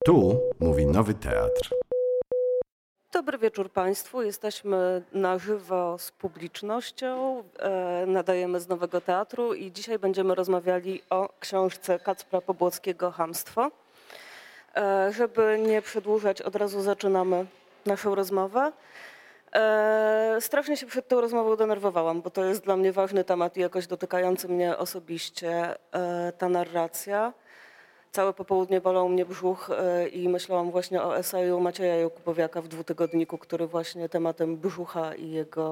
Tu mówi Nowy Teatr. Dobry wieczór Państwu. Jesteśmy na żywo z publicznością. Nadajemy z Nowego Teatru i dzisiaj będziemy rozmawiali o książce Kacpra Pobłockiego „Chamstwo”. Żeby nie przedłużać, od razu zaczynamy naszą rozmowę. Strasznie się przed tą rozmową denerwowałam, bo to jest dla mnie ważny temat i jakoś dotykający mnie osobiście ta narracja. Całe popołudnie bolał mnie brzuch i myślałam właśnie o eseju Macieja Jakubowiaka w dwutygodniku, który właśnie tematem brzucha i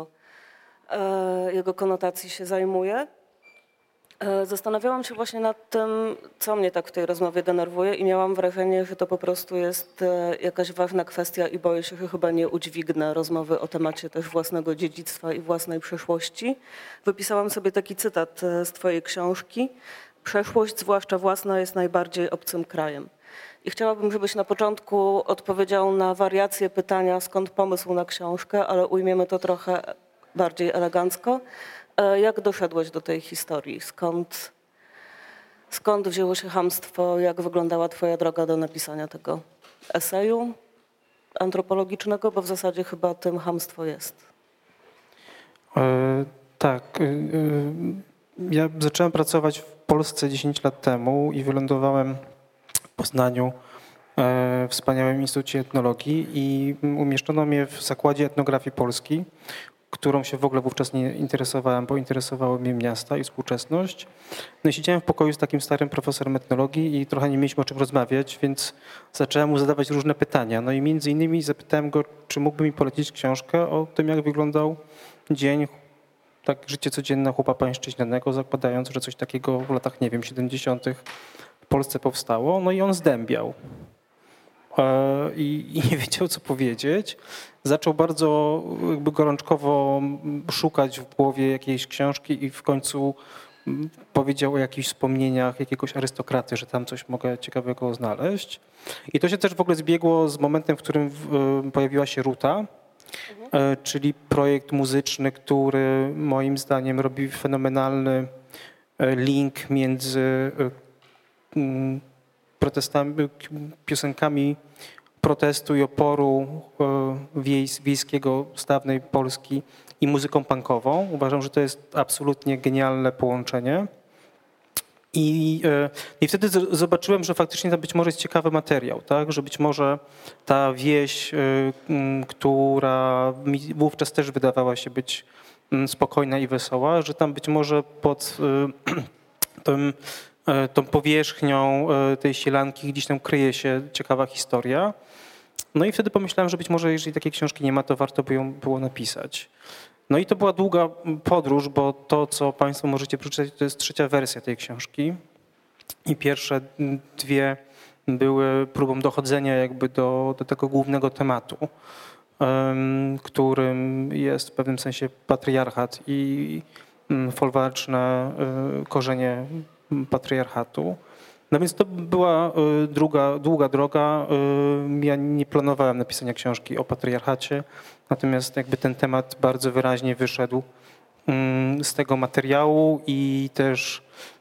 jego konotacji się zajmuje. Zastanawiałam się właśnie nad tym, co mnie tak w tej rozmowie denerwuje i miałam wrażenie, że to po prostu jest jakaś ważna kwestia i boję się, że chyba nie udźwignę rozmowy o temacie też własnego dziedzictwa i własnej przeszłości. Wypisałam sobie taki cytat z twojej książki. Przeszłość, zwłaszcza własna, jest najbardziej obcym krajem. I chciałabym, żebyś na początku odpowiedział na wariację pytania, skąd pomysł na książkę, ale ujmiemy to trochę bardziej elegancko. Jak doszedłeś do tej historii? Skąd wzięło się chamstwo? Jak wyglądała twoja droga do napisania tego eseju antropologicznego? Bo w zasadzie chyba tym chamstwo jest. Tak. Ja zacząłem pracować w Polsce 10 lat temu i wylądowałem w Poznaniu w wspaniałym Instytucie Etnologii i umieszczono mnie w Zakładzie Etnografii Polski, którą się w ogóle wówczas nie interesowałem, bo interesowały mnie miasta i współczesność. No i siedziałem w pokoju z takim starym profesorem etnologii i trochę nie mieliśmy o czym rozmawiać, więc zacząłem mu zadawać różne pytania. No i między innymi zapytałem go, czy mógłby mi polecić książkę o tym, jak wyglądał dzień, tak życie codzienne chłopa pańszczyźnianego, zakładając, że coś takiego w latach, 70. w Polsce powstało. No i on zdębiał. I nie wiedział, co powiedzieć. Zaczął bardzo jakby gorączkowo szukać w głowie jakiejś książki i w końcu powiedział o jakichś wspomnieniach jakiegoś arystokraty, że tam coś mogę ciekawego znaleźć. I to się też w ogóle zbiegło z momentem, w którym pojawiła się Ruta, czyli projekt muzyczny, który moim zdaniem robi fenomenalny link między protestami, piosenkami protestu i oporu wiejskiego z dawnej Polski i muzyką punkową. Uważam, że to jest absolutnie genialne połączenie. I wtedy zobaczyłem, że faktycznie to być może jest ciekawy materiał, tak? Że być może ta wieś, która mi wówczas też wydawała się być spokojna i wesoła, że tam być może pod tą powierzchnią tej sielanki gdzieś tam kryje się ciekawa historia. No i wtedy pomyślałem, że być może jeżeli takiej książki nie ma, to warto by ją było napisać. No i to była długa podróż, bo to, co Państwo możecie przeczytać, to jest 3. wersja tej książki. I pierwsze 2 były próbą dochodzenia jakby do tego głównego tematu, którym jest w pewnym sensie patriarchat i folwarczne korzenie patriarchatu. No więc to była długa droga. Ja nie planowałem napisania książki o patriarchacie, natomiast jakby ten temat bardzo wyraźnie wyszedł z tego materiału i też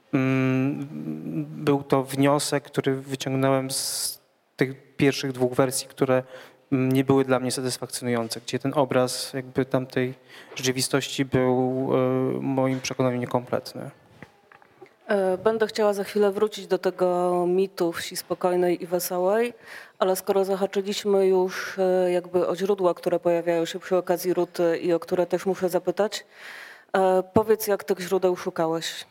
był to wniosek, który wyciągnąłem z tych pierwszych 2 wersji, które nie były dla mnie satysfakcjonujące, gdzie ten obraz jakby tamtej rzeczywistości był w moim przekonaniu niekompletny. Będę chciała za chwilę wrócić do tego mitu wsi spokojnej i wesołej, ale skoro zahaczyliśmy już jakby o źródła, które pojawiają się przy okazji Ruty i o które też muszę zapytać, powiedz, jak tych źródeł szukałeś?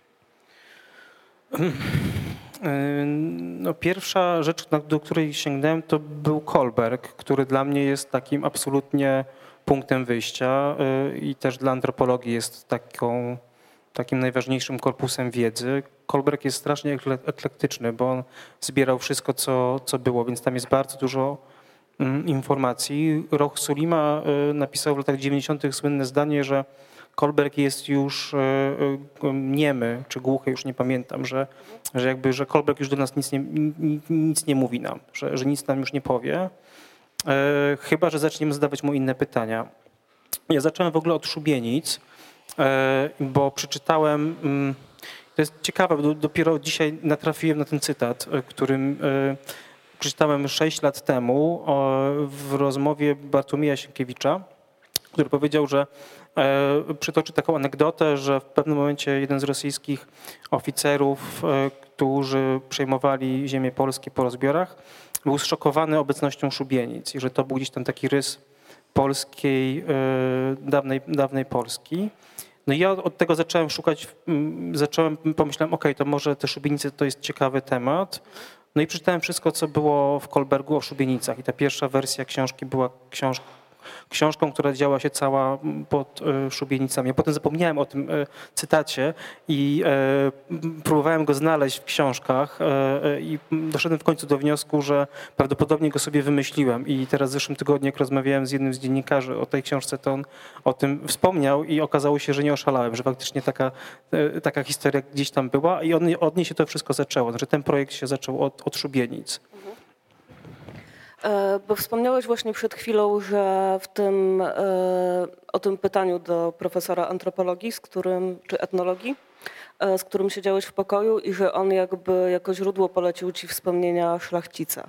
No, pierwsza rzecz, do której sięgnąłem, to był Kohlberg, który dla mnie jest takim absolutnie punktem wyjścia i też dla antropologii jest takim najważniejszym korpusem wiedzy. Kohlberg jest strasznie eklektyczny, bo on zbierał wszystko, co było, więc tam jest bardzo dużo informacji. Roch Sulima napisał w latach 90. słynne zdanie, że Kohlberg jest już niemy, czy głuchy, już nie pamiętam, że Kohlberg już do nas nic nie mówi nam, że nic nam już nie powie, chyba że zaczniemy zadawać mu inne pytania. Ja zacząłem w ogóle od szubienic, bo przeczytałem, to jest ciekawe, bo dopiero dzisiaj natrafiłem na ten cytat, którym przeczytałem 6 lat temu w rozmowie Bartłomieja Sienkiewicza, który powiedział, że przytoczy taką anegdotę, że w pewnym momencie jeden z rosyjskich oficerów, którzy przejmowali ziemię polskie po rozbiorach, był zszokowany obecnością szubienic i że to był gdzieś tam taki rys polskiej, dawnej Polski. No i ja od tego zacząłem szukać, pomyślałem, okej, to może te szubienice to jest ciekawy temat. No i przeczytałem wszystko, co było w Kolbergu o szubienicach i ta pierwsza wersja książki była książką, która działa się cała pod szubienicami. Ja potem zapomniałem o tym cytacie i próbowałem go znaleźć w książkach i doszedłem w końcu do wniosku, że prawdopodobnie go sobie wymyśliłem i teraz w zeszłym tygodniu, jak rozmawiałem z jednym z dziennikarzy o tej książce, to on o tym wspomniał i okazało się, że nie oszalałem, że faktycznie taka historia gdzieś tam była i od niej się to wszystko zaczęło. Znaczy ten projekt się zaczął od szubienic. Bo wspomniałeś właśnie przed chwilą, że o tym pytaniu do profesora antropologii, czy etnologii, z którym siedziałeś w pokoju i że on jakby jako źródło polecił ci wspomnienia Szlachcica.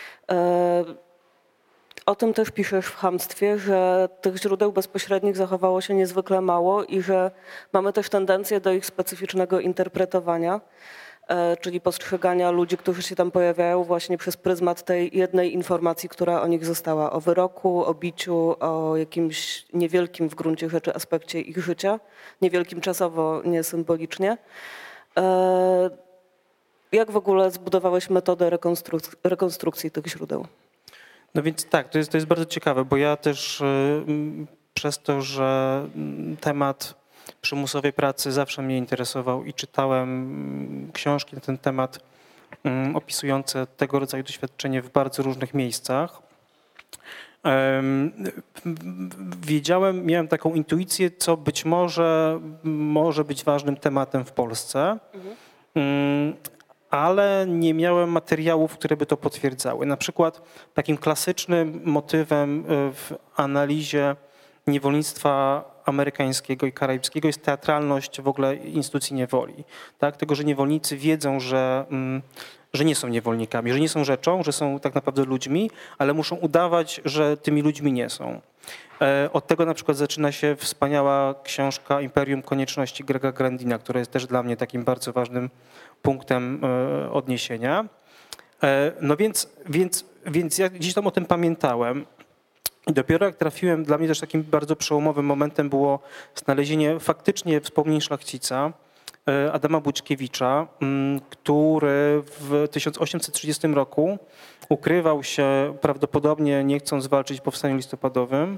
O tym też piszesz w Chamstwie, że tych źródeł bezpośrednich zachowało się niezwykle mało i że mamy też tendencję do ich specyficznego interpretowania, czyli postrzegania ludzi, którzy się tam pojawiają właśnie przez pryzmat tej jednej informacji, która o nich została, o wyroku, o biciu, o jakimś niewielkim w gruncie rzeczy aspekcie ich życia, niewielkim czasowo, nie symbolicznie. Jak w ogóle zbudowałeś metodę rekonstrukcji tych źródeł? No więc tak, to jest bardzo ciekawe, bo ja też przez to, że temat przymusowej pracy zawsze mnie interesował i czytałem książki na ten temat opisujące tego rodzaju doświadczenie w bardzo różnych miejscach. Miałem taką intuicję, co być może być ważnym tematem w Polsce, ale nie miałem materiałów, które by to potwierdzały. Na przykład takim klasycznym motywem w analizie niewolnictwa amerykańskiego i karaibskiego jest teatralność w ogóle instytucji niewoli. Tak? Tego, że niewolnicy wiedzą, że nie są niewolnikami, że nie są rzeczą, że są tak naprawdę ludźmi, ale muszą udawać, że tymi ludźmi nie są. Od tego na przykład zaczyna się wspaniała książka Imperium Konieczności Grega Grandina, która jest też dla mnie takim bardzo ważnym punktem odniesienia. No więc ja gdzieś tam o tym pamiętałem. I dopiero jak trafiłem, dla mnie też takim bardzo przełomowym momentem było znalezienie faktycznie wspomnień Szlachcica, Adama Bućkiewicza, który w 1830 roku ukrywał się prawdopodobnie nie chcąc walczyć w powstaniu listopadowym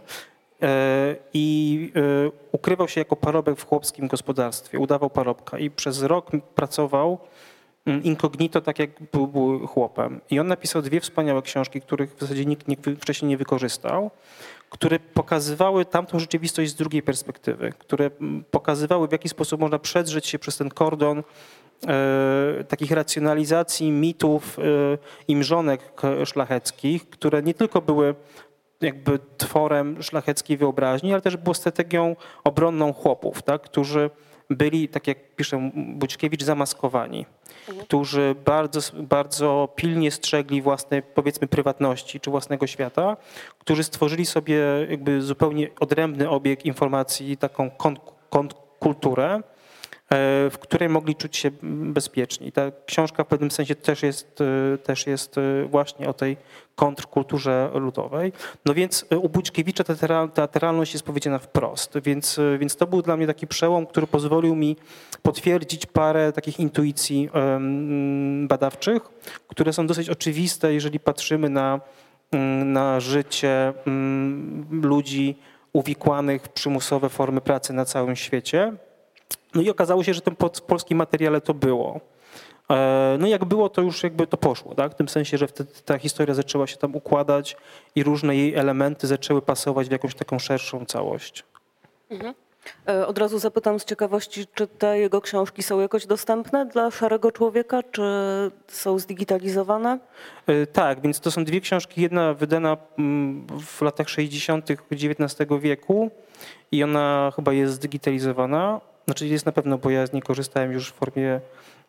i ukrywał się jako parobek w chłopskim gospodarstwie, udawał parobka i przez rok pracował incognito, tak jak był chłopem. I on napisał 2 wspaniałe książki, których w zasadzie nikt wcześniej nie wykorzystał, które pokazywały tamtą rzeczywistość z drugiej perspektywy, które pokazywały, w jaki sposób można przedrzeć się przez ten kordon takich racjonalizacji mitów i mrzonek szlacheckich, które nie tylko były jakby tworem szlacheckiej wyobraźni, ale też było strategią obronną chłopów, tak, którzy byli, tak jak pisze Bućkiewicz, zamaskowani, którzy bardzo, bardzo pilnie strzegli własnej, powiedzmy, prywatności czy własnego świata, którzy stworzyli sobie jakby zupełnie odrębny obieg informacji, taką kontrkulturę, w której mogli czuć się bezpieczni. Ta książka w pewnym sensie też jest właśnie o tej kontrkulturze ludowej. No więc u Bućkiewicza ta teatralność jest powiedziana wprost, więc to był dla mnie taki przełom, który pozwolił mi potwierdzić parę takich intuicji badawczych, które są dosyć oczywiste, jeżeli patrzymy na życie ludzi uwikłanych w przymusowe formy pracy na całym świecie. No i okazało się, że w tym polskim materiale to było. No i jak było, to już jakby to poszło, tak? W tym sensie, że wtedy ta historia zaczęła się tam układać i różne jej elementy zaczęły pasować w jakąś taką szerszą całość. Mhm. Od razu zapytam z ciekawości, czy te jego książki są jakoś dostępne dla szarego człowieka, czy są zdigitalizowane? Tak, więc to są 2 książki. Jedna wydana w latach 60. XIX wieku i ona chyba jest zdigitalizowana. Znaczy jest na pewno, bo ja z niej korzystałem już w formie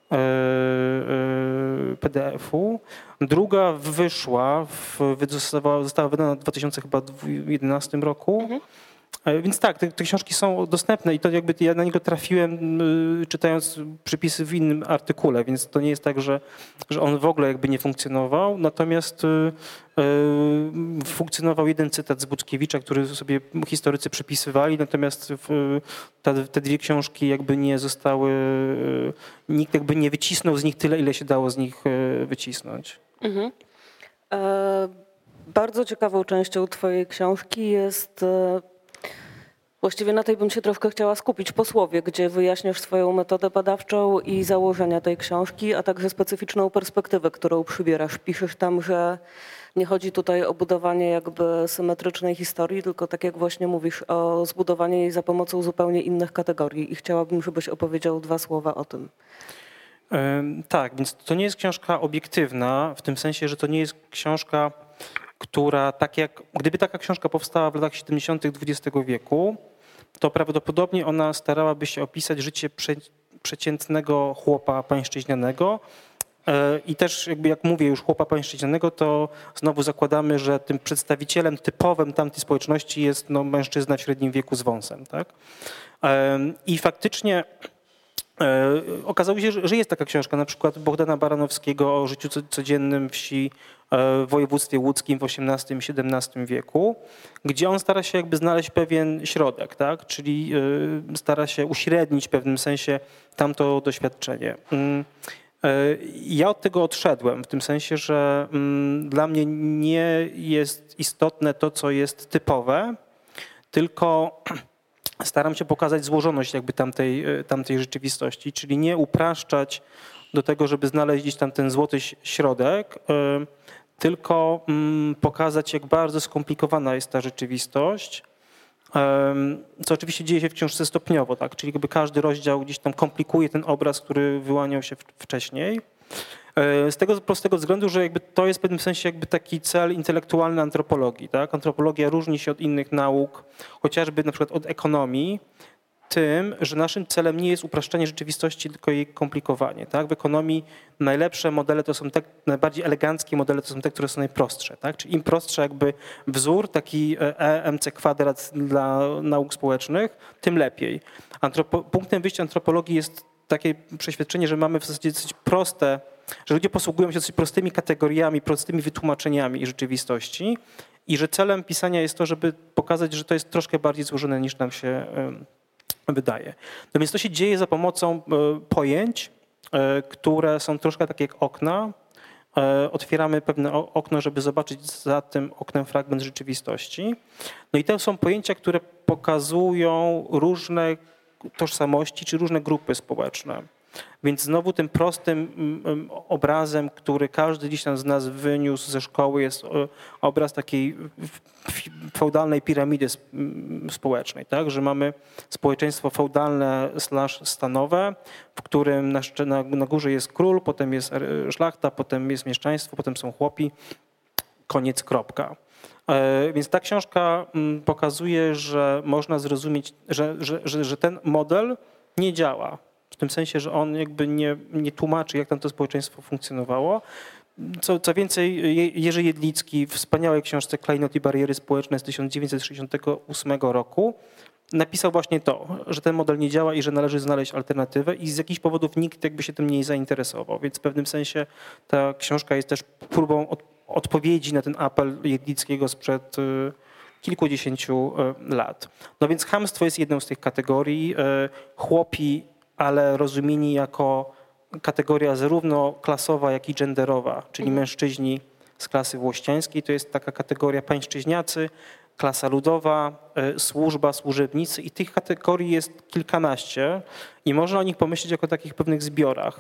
PDF-u. Druga wyszła, została wydana w 2011 roku. Więc tak, te książki są dostępne i to jakby ja na niego trafiłem czytając przypisy w innym artykule, więc to nie jest tak, że on w ogóle jakby nie funkcjonował, natomiast funkcjonował jeden cytat z Buczkiewicza, który sobie historycy przypisywali, natomiast te dwie książki jakby nie zostały, nikt jakby nie wycisnął z nich tyle, ile się dało z nich wycisnąć. Mhm. Bardzo ciekawą częścią twojej książki jest właściwie na tej bym się troszkę chciała skupić posłowie, gdzie wyjaśniasz swoją metodę badawczą i założenia tej książki, a także specyficzną perspektywę, którą przybierasz. Piszesz tam, że nie chodzi tutaj o budowanie jakby symetrycznej historii, tylko tak jak właśnie mówisz, o zbudowanie jej za pomocą zupełnie innych kategorii. I chciałabym, żebyś opowiedział 2 słowa o tym. Tak, więc to nie jest książka obiektywna, w tym sensie, że to nie jest książka, która gdyby taka książka powstała w latach 70. XX wieku, to prawdopodobnie ona starałaby się opisać życie przeciętnego chłopa pańszczyźnianego. I też jakby jak mówię już chłopa pańszczyźnianego, to znowu zakładamy, że tym przedstawicielem typowym tamtej społeczności jest mężczyzna w średnim wieku z wąsem. Tak? I faktycznie okazało się, że jest taka książka, na przykład Bohdana Baranowskiego o życiu codziennym wsi w województwie łódzkim w XVIII i XVII wieku, gdzie on stara się jakby znaleźć pewien środek, tak? Czyli stara się uśrednić w pewnym sensie tamto doświadczenie. Ja od tego odszedłem, w tym sensie, że dla mnie nie jest istotne to, co jest typowe, tylko staram się pokazać złożoność jakby tamtej rzeczywistości, czyli nie upraszczać do tego, żeby znaleźć gdzieś tam ten złoty środek, tylko pokazać, jak bardzo skomplikowana jest ta rzeczywistość, co oczywiście dzieje się w książce stopniowo, tak? Czyli jakby każdy rozdział gdzieś tam komplikuje ten obraz, który wyłaniał się wcześniej. Z tego prostego względu, że jakby to jest w pewnym sensie jakby taki cel intelektualny antropologii. Tak? Antropologia różni się od innych nauk, chociażby na przykład od ekonomii, tym, że naszym celem nie jest upraszczanie rzeczywistości, tylko jej komplikowanie. Tak? W ekonomii najlepsze modele to są te, najbardziej eleganckie modele to są te, które są najprostsze. Tak? Czyli im prostszy jakby wzór, taki EMC kwadrat dla nauk społecznych, tym lepiej. Punktem wyjścia antropologii jest takie przeświadczenie, że mamy w zasadzie dosyć proste, że ludzie posługują się dosyć prostymi kategoriami, prostymi wytłumaczeniami rzeczywistości i że celem pisania jest to, żeby pokazać, że to jest troszkę bardziej złożone niż nam się wydaje. No więc to się dzieje za pomocą pojęć, które są troszkę takie jak okna. Otwieramy pewne okno, żeby zobaczyć za tym oknem fragment rzeczywistości. No i to są pojęcia, które pokazują różne tożsamości czy różne grupy społeczne. Więc znowu tym prostym obrazem, który każdy gdzieś tam z nas wyniósł ze szkoły, jest obraz takiej feudalnej piramidy społecznej, tak? Że mamy społeczeństwo feudalne / stanowe, w którym na górze jest król, potem jest szlachta, potem jest mieszczaństwo, potem są chłopi, koniec, kropka. Więc ta książka pokazuje, że można zrozumieć, że ten model nie działa. W tym sensie, że on jakby nie tłumaczy, jak tam to społeczeństwo funkcjonowało. Co więcej, Jerzy Jedlicki w wspaniałej książce Klejnot i bariery społeczne z 1968 roku napisał właśnie to, że ten model nie działa i że należy znaleźć alternatywę i z jakichś powodów nikt jakby się tym nie zainteresował. Więc w pewnym sensie ta książka jest też próbą odpowiedzi na ten apel Jedlickiego sprzed kilkudziesięciu lat. No więc chamstwo jest jedną z tych kategorii. Chłopi, ale rozumieni jako kategoria zarówno klasowa, jak i genderowa, czyli mężczyźni z klasy włościańskiej, to jest taka kategoria pańszczyźniacy, klasa ludowa, służba, służebnicy i tych kategorii jest kilkanaście i można o nich pomyśleć jako o takich pewnych zbiorach,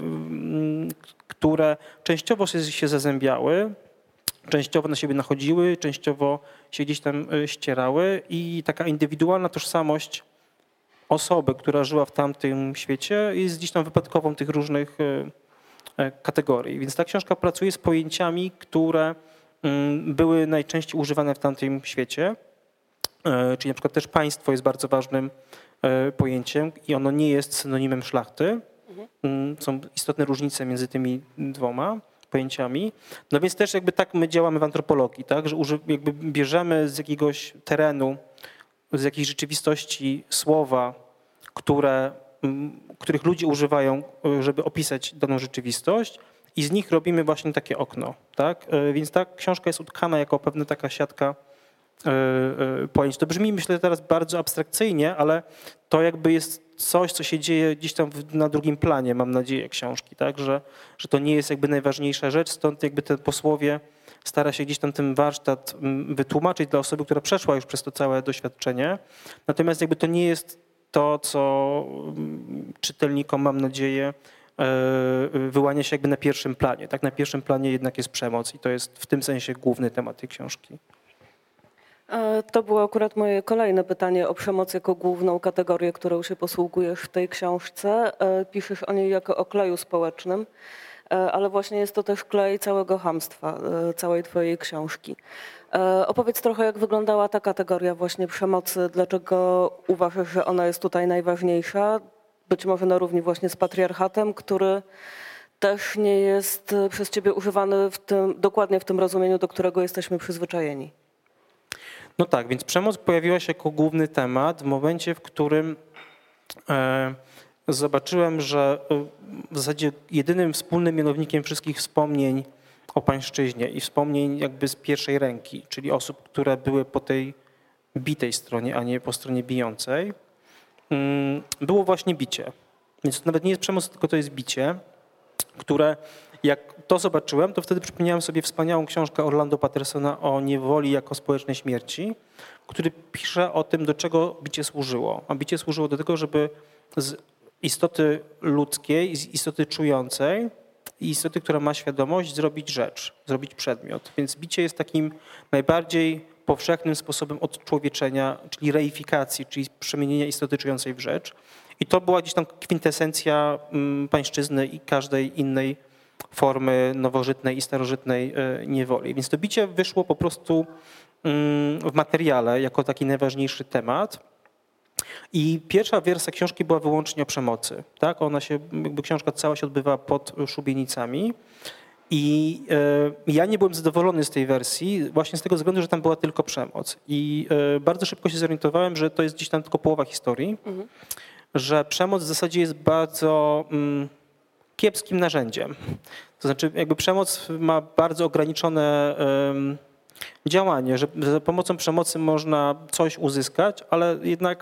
które częściowo się zazębiały, częściowo na siebie nachodziły, częściowo się gdzieś tam ścierały i taka indywidualna tożsamość osoby, która żyła w tamtym świecie, jest gdzieś tam wypadkową tych różnych kategorii. Więc ta książka pracuje z pojęciami, które były najczęściej używane w tamtym świecie. Czyli na przykład też państwo jest bardzo ważnym pojęciem i ono nie jest synonimem szlachty. Są istotne różnice między tymi dwoma pojęciami. No więc też jakby tak my działamy w antropologii, tak, że jakby bierzemy z jakiegoś terenu, z jakiejś rzeczywistości słowa, których ludzie używają, żeby opisać daną rzeczywistość i z nich robimy właśnie takie okno. Tak? Więc ta książka jest utkana jako pewna taka siatka pojęć. To brzmi, myślę, teraz bardzo abstrakcyjnie, ale to jakby jest coś, co się dzieje gdzieś tam na drugim planie, mam nadzieję, książki, tak? Że to nie jest jakby najważniejsza rzecz, stąd jakby te posłowie stara się gdzieś tam ten warsztat wytłumaczyć dla osoby, która przeszła już przez to całe doświadczenie. Natomiast jakby to nie jest to, co czytelnikom, mam nadzieję, wyłania się jakby na pierwszym planie. Tak? Na pierwszym planie jednak jest przemoc i to jest w tym sensie główny temat tej książki. To było akurat moje kolejne pytanie o przemoc jako główną kategorię, którą się posługujesz w tej książce. Piszesz o niej jako o kleju społecznym, ale właśnie jest to też klej całego chamstwa, całej twojej książki. Opowiedz trochę, jak wyglądała ta kategoria właśnie przemocy, dlaczego uważasz, że ona jest tutaj najważniejsza, być może na równi właśnie z patriarchatem, który też nie jest przez ciebie używany dokładnie w tym rozumieniu, do którego jesteśmy przyzwyczajeni. No tak, więc przemoc pojawiła się jako główny temat w momencie, w którym zobaczyłem, że w zasadzie jedynym wspólnym mianownikiem wszystkich wspomnień o pańszczyźnie i wspomnień jakby z pierwszej ręki, czyli osób, które były po tej bitej stronie, a nie po stronie bijącej, było właśnie bicie. Więc to nawet nie jest przemoc, tylko to jest bicie, które jak to zobaczyłem, to wtedy przypomniałem sobie wspaniałą książkę Orlando Pattersona o niewoli jako społecznej śmierci, który pisze o tym, do czego bicie służyło. A bicie służyło do tego, żeby z istoty ludzkiej, z istoty czującej i istoty, która ma świadomość, zrobić rzecz, zrobić przedmiot. Więc bicie jest takim najbardziej powszechnym sposobem odczłowieczenia, czyli reifikacji, czyli przemienienia istoty czującej w rzecz. I to była gdzieś tam kwintesencja pańszczyzny i każdej innej formy nowożytnej i starożytnej niewoli. Więc to bicie wyszło po prostu w materiale jako taki najważniejszy temat. I pierwsza wersja książki była wyłącznie o przemocy. Tak? Ona się, jakby książka cała się odbywa pod szubienicami. I ja nie byłem zadowolony z tej wersji właśnie z tego względu, że tam była tylko przemoc. I bardzo szybko się zorientowałem, że to jest gdzieś tam tylko połowa historii, że przemoc w zasadzie jest bardzo kiepskim narzędziem. To znaczy jakby przemoc ma bardzo ograniczone działanie, że za pomocą przemocy można coś uzyskać, ale jednak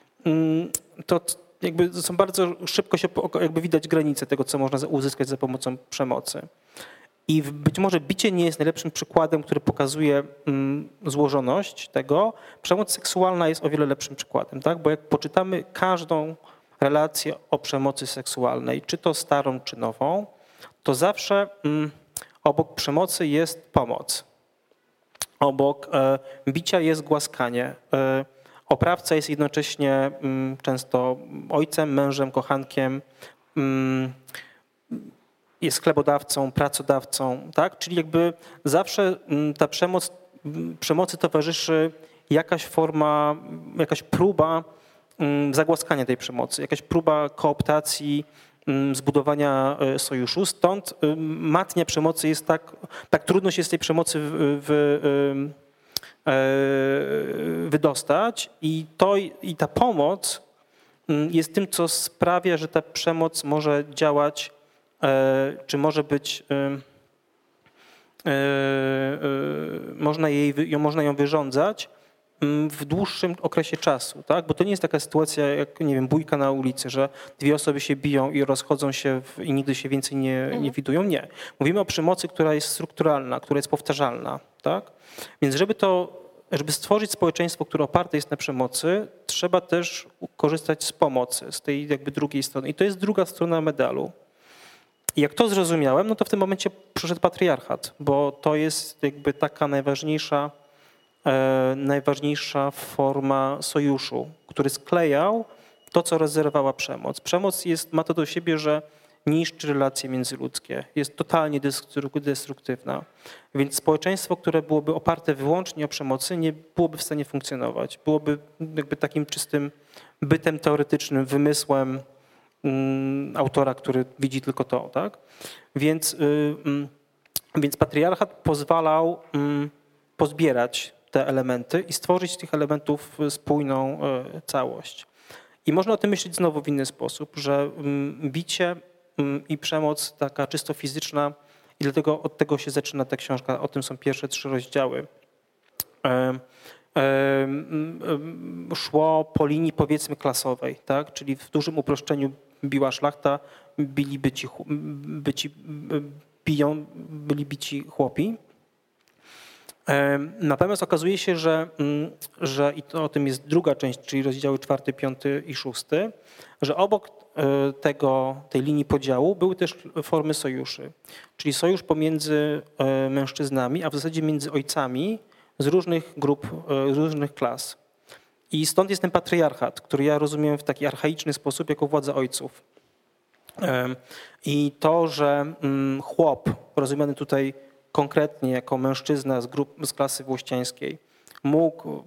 to jakby są bardzo szybko się jakby widać granice tego, co można uzyskać za pomocą przemocy. I być może bicie nie jest najlepszym przykładem, który pokazuje złożoność tego. Przemoc seksualna jest o wiele lepszym przykładem, tak? Bo jak poczytamy każdą relację o przemocy seksualnej, czy to starą, czy nową, to zawsze obok przemocy jest pomoc. Obok bicia jest głaskanie. Oprawca jest jednocześnie często ojcem, mężem, kochankiem, jest chlebodawcą, pracodawcą, tak? Czyli jakby zawsze ta przemocy towarzyszy jakaś forma, jakaś próba zagłaskania tej przemocy, jakaś próba kooptacji, zbudowania sojuszu. Stąd matnia przemocy jest tak trudno się z tej przemocy wydostać i ta pomoc jest tym, co sprawia, że ta przemoc może działać, czy może być, można ją wyrządzać w dłuższym okresie czasu, tak? Bo to nie jest taka sytuacja jak, nie wiem, bójka na ulicy, że dwie osoby się biją i rozchodzą się i nigdy się więcej nie widują. Nie. Mówimy o przemocy, która jest strukturalna, która jest powtarzalna, tak? Więc żeby stworzyć społeczeństwo, które oparte jest na przemocy, trzeba też korzystać z pomocy, z tej jakby drugiej strony. I to jest druga strona medalu. I jak to zrozumiałem, no to w tym momencie przyszedł patriarchat, bo to jest jakby taka najważniejsza forma sojuszu, który sklejał to, co rozerwała przemoc. Przemoc ma to do siebie, że niszczy relacje międzyludzkie, jest totalnie destruktywna. Więc społeczeństwo, które byłoby oparte wyłącznie o przemocy, nie byłoby w stanie funkcjonować. Byłoby jakby takim czystym bytem teoretycznym, wymysłem, autora, który widzi tylko to, tak? Więc patriarchat pozwalał pozbierać te elementy i stworzyć z tych elementów spójną całość. I można o tym myśleć znowu w inny sposób, że bicie i przemoc taka czysto fizyczna, i dlatego od tego się zaczyna ta książka, o tym są pierwsze 3 rozdziały, szło po linii powiedzmy klasowej, tak? Czyli w dużym uproszczeniu biła szlachta, byli bici chłopi. Natomiast okazuje się, że i to o tym jest druga część, czyli rozdziały 4, 5 i 6, że obok tej linii podziału były też formy sojuszy. Czyli sojusz pomiędzy mężczyznami, a w zasadzie między ojcami z różnych grup, z różnych klas. I stąd jest ten patriarchat, który ja rozumiem w taki archaiczny sposób jako władzę ojców. I to, że chłop, rozumiany tutaj konkretnie jako mężczyzna z klasy włościańskiej, mógł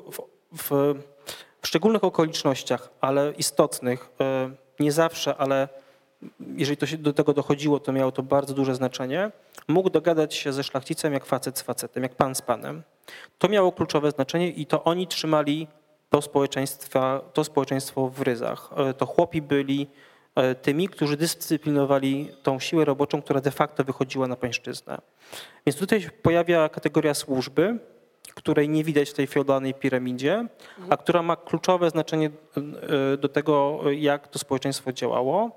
w szczególnych okolicznościach, ale istotnych, nie zawsze, ale jeżeli to się do tego dochodziło, to miało to bardzo duże znaczenie, mógł dogadać się ze szlachcicem jak facet z facetem, jak pan z panem. To miało kluczowe znaczenie i to oni trzymali to społeczeństwo w ryzach. To chłopi byli tymi, którzy dyscyplinowali tą siłę roboczą, która de facto wychodziła na pańszczyznę. Więc tutaj się pojawia kategoria służby, której nie widać w tej feudalnej piramidzie, a która ma kluczowe znaczenie do tego, jak to społeczeństwo działało.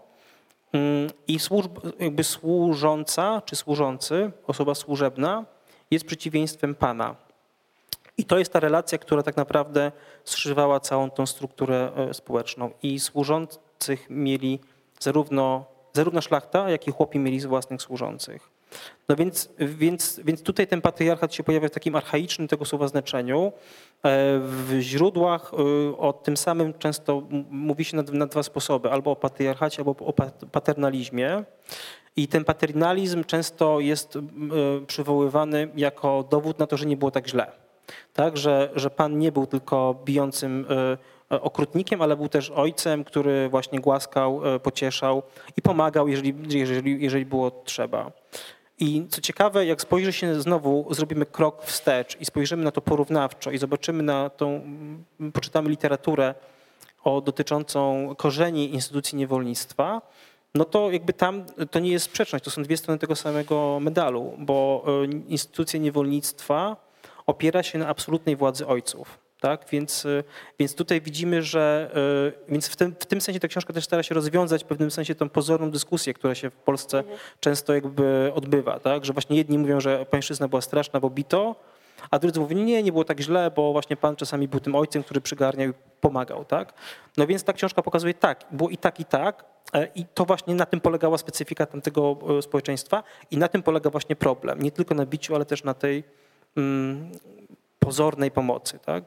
I jakby służąca czy służący, osoba służebna jest przeciwieństwem pana. I to jest ta relacja, która tak naprawdę zszywała całą tą strukturę społeczną. I służących mieli zarówno szlachta, jak i chłopi mieli z własnych służących. No więc tutaj ten patriarchat się pojawia w takim archaicznym tego słowa znaczeniu. W źródłach o tym samym często mówi się na 2 sposoby, albo o patriarchacie, albo o paternalizmie. I ten paternalizm często jest przywoływany jako dowód na to, że nie było tak źle. Tak, że pan nie był tylko bijącym okrutnikiem, ale był też ojcem, który właśnie głaskał, pocieszał i pomagał, jeżeli było trzeba. I co ciekawe, jak spojrzy się znowu, zrobimy krok wstecz i spojrzymy na to porównawczo i zobaczymy poczytamy literaturę dotyczącą korzeni instytucji niewolnictwa, no to jakby tam to nie jest sprzeczność, to są 2 strony tego samego medalu, bo instytucja niewolnictwa opiera się na absolutnej władzy ojców. Tak? Więc tutaj widzimy, że więc w tym sensie ta książka też stara się rozwiązać w pewnym sensie tą pozorną dyskusję, która się w Polsce często jakby odbywa. Tak? Że właśnie jedni mówią, że pańszczyzna była straszna, bo bito, a drudzy mówią, nie było tak źle, bo właśnie pan czasami był tym ojcem, który przygarniał i pomagał. Tak? No więc ta książka pokazuje tak, było i tak, i tak. I to właśnie na tym polegała specyfika tamtego społeczeństwa i na tym polega właśnie problem. Nie tylko na biciu, ale też na tej pozornej pomocy. Tak?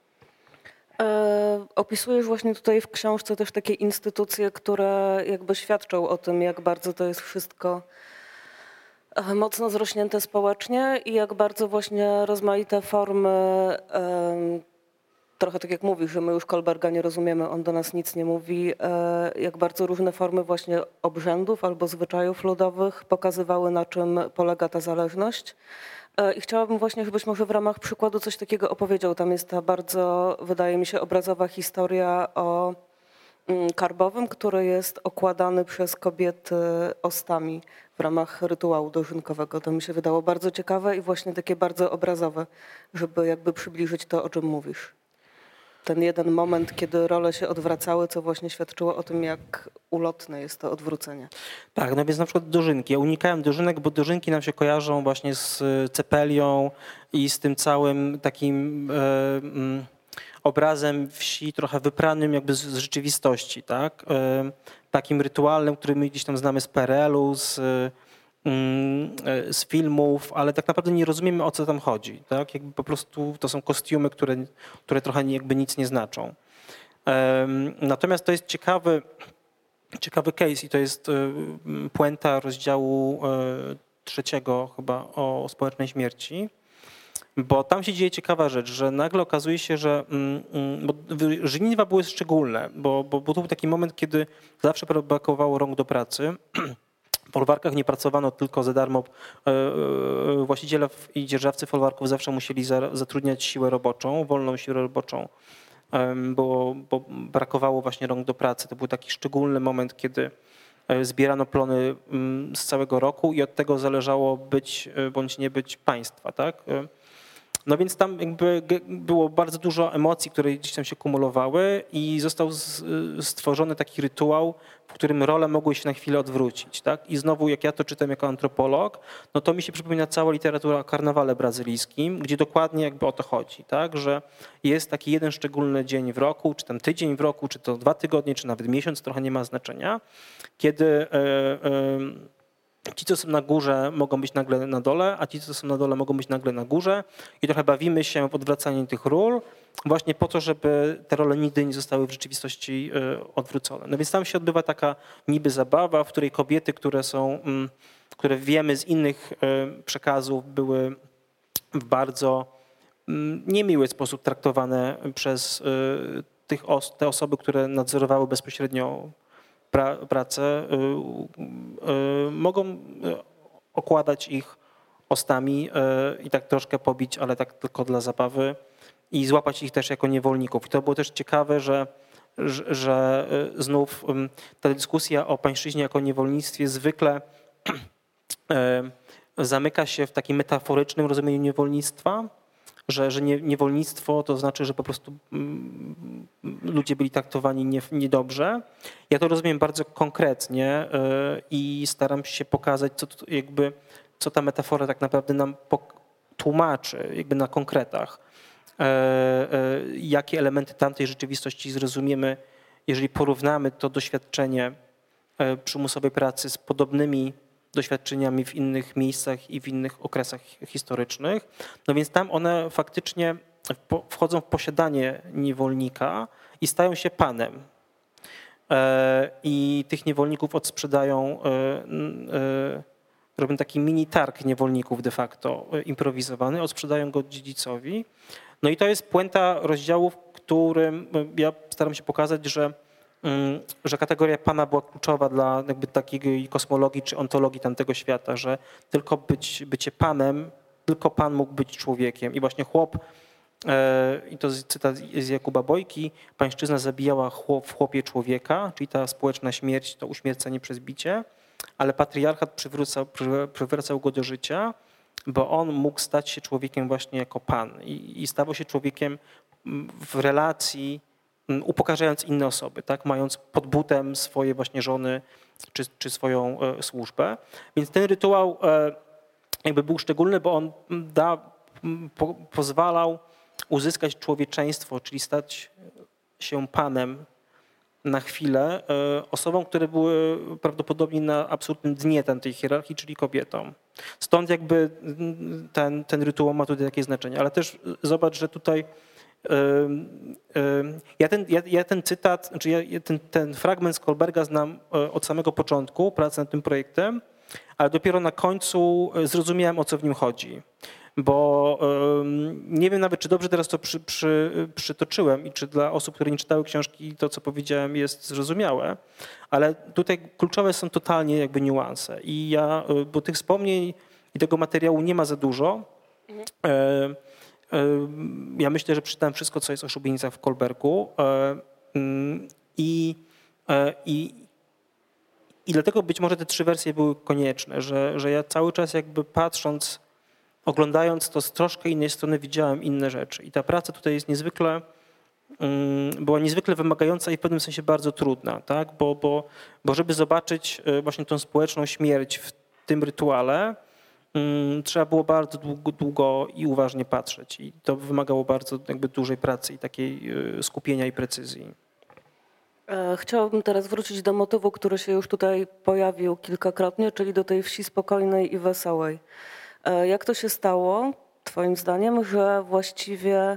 Opisujesz właśnie tutaj w książce też takie instytucje, które jakby świadczą o tym, jak bardzo to jest wszystko mocno zrośnięte społecznie i jak bardzo właśnie rozmaite formy, trochę tak jak mówisz, że my już Kohlberga nie rozumiemy, on do nas nic nie mówi, jak bardzo różne formy właśnie obrzędów albo zwyczajów ludowych pokazywały, na czym polega ta zależność. I chciałabym właśnie, żebyś może w ramach przykładu coś takiego opowiedział. Tam jest ta bardzo, wydaje mi się, obrazowa historia o karbowym, który jest okładany przez kobiety ostami w ramach rytuału dożynkowego. To mi się wydało bardzo ciekawe i właśnie takie bardzo obrazowe, żeby jakby przybliżyć to, o czym mówisz. Ten jeden moment, kiedy role się odwracały, co właśnie świadczyło o tym, jak ulotne jest to odwrócenie. Tak, no więc na przykład dożynki. Ja unikałem dożynek, bo dożynki nam się kojarzą właśnie z cepelią i z tym całym takim obrazem wsi trochę wypranym jakby z rzeczywistości, tak? Takim rytualnym, który my gdzieś tam znamy z PRL-u, z filmów, ale tak naprawdę nie rozumiemy, o co tam chodzi. Tak? Jakby po prostu to są kostiumy, które trochę jakby nic nie znaczą. Natomiast to jest ciekawy case i to jest puenta rozdziału 3 chyba o społecznej śmierci, Bo tam się dzieje ciekawa rzecz, że nagle okazuje się, że bo żniwa były szczególne, bo to był taki moment, kiedy zawsze brakowało rąk do pracy. W folwarkach nie pracowano tylko za darmo. Właściciele i dzierżawcy folwarków zawsze musieli zatrudniać siłę roboczą, wolną siłę roboczą, bo brakowało właśnie rąk do pracy. To był taki szczególny moment, kiedy zbierano plony z całego roku i od tego zależało być bądź nie być państwa, tak? No więc tam jakby było bardzo dużo emocji, które gdzieś tam się kumulowały i został stworzony taki rytuał, w którym role mogły się na chwilę odwrócić. Tak? I znowu jak ja to czytam jako antropolog, no to mi się przypomina cała literatura o karnawale brazylijskim, gdzie dokładnie jakby o to chodzi, tak? Że jest taki jeden szczególny dzień w roku, czy tam tydzień w roku, czy to 2 tygodnie, czy nawet miesiąc, trochę nie ma znaczenia, kiedy ci, co są na górze, mogą być nagle na dole, a ci, co są na dole, mogą być nagle na górze i trochę bawimy się w odwracanie tych ról właśnie po to, żeby te role nigdy nie zostały w rzeczywistości odwrócone. No więc tam się odbywa taka niby zabawa, w której kobiety, które wiemy z innych przekazów, były w bardzo niemiły sposób traktowane przez te osoby, które nadzorowały bezpośrednio pracę, mogą okładać ich ostami i tak troszkę pobić, ale tak tylko dla zabawy i złapać ich też jako niewolników. I to było też ciekawe, że znów ta dyskusja o pańszczyźnie jako niewolnictwie zwykle zamyka się w takim metaforycznym rozumieniu niewolnictwa, że niewolnictwo to znaczy, że po prostu ludzie byli traktowani niedobrze. Ja to rozumiem bardzo konkretnie i staram się pokazać, co ta metafora tak naprawdę nam tłumaczy, jakby na konkretach. Jakie elementy tamtej rzeczywistości zrozumiemy, jeżeli porównamy to doświadczenie przymusowej pracy z podobnymi doświadczeniami w innych miejscach i w innych okresach historycznych. No więc tam one faktycznie wchodzą w posiadanie niewolnika i stają się panem. I tych niewolników odsprzedają, robią taki mini targ niewolników de facto improwizowany, odsprzedają go dziedzicowi. No i to jest puenta rozdziału, w którym ja staram się pokazać, że kategoria pana była kluczowa dla jakby takiej kosmologii czy ontologii tamtego świata, że tylko bycie panem, tylko pan mógł być człowiekiem. I właśnie chłop, i to cytat z Jakuba Bojki, pańszczyzna zabijała w chłopie człowieka, czyli ta społeczna śmierć, to uśmiercenie przez bicie, ale patriarchat przywracał go do życia, bo on mógł stać się człowiekiem właśnie jako pan i stawał się człowiekiem w relacji, upokarzając inne osoby, tak? Mając pod butem swoje właśnie żony czy swoją służbę. Więc ten rytuał jakby był szczególny, bo on pozwalał uzyskać człowieczeństwo, czyli stać się panem na chwilę osobom, które były prawdopodobnie na absolutnym dnie tamtej hierarchii, czyli kobietom. Stąd jakby ten rytuał ma tutaj takie znaczenie. Ale też zobacz, że tutaj ja ten cytat, znaczy ten fragment z Kohlberga znam od samego początku pracy nad tym projektem, ale dopiero na końcu zrozumiałem, o co w nim chodzi. Bo nie wiem nawet, czy dobrze teraz to przytoczyłem i czy dla osób, które nie czytały książki, to, co powiedziałem, jest zrozumiałe, ale tutaj kluczowe są totalnie jakby niuanse. I bo tych wspomnień i tego materiału nie ma za dużo. Ja myślę, że przeczytałem wszystko, co jest o szubienicach w Kohlbergu i dlatego być może te 3 wersje były konieczne, że ja cały czas jakby patrząc, oglądając to z troszkę innej strony widziałem inne rzeczy. I ta praca tutaj jest była niezwykle wymagająca i w pewnym sensie bardzo trudna, tak? Bo żeby zobaczyć właśnie tą społeczną śmierć w tym rytuale, trzeba było bardzo długo i uważnie patrzeć i to wymagało bardzo jakby dużej pracy i takiej skupienia i precyzji. Chciałabym teraz wrócić do motywu, który się już tutaj pojawił kilkakrotnie, czyli do tej wsi spokojnej i wesołej. Jak to się stało, twoim zdaniem, że właściwie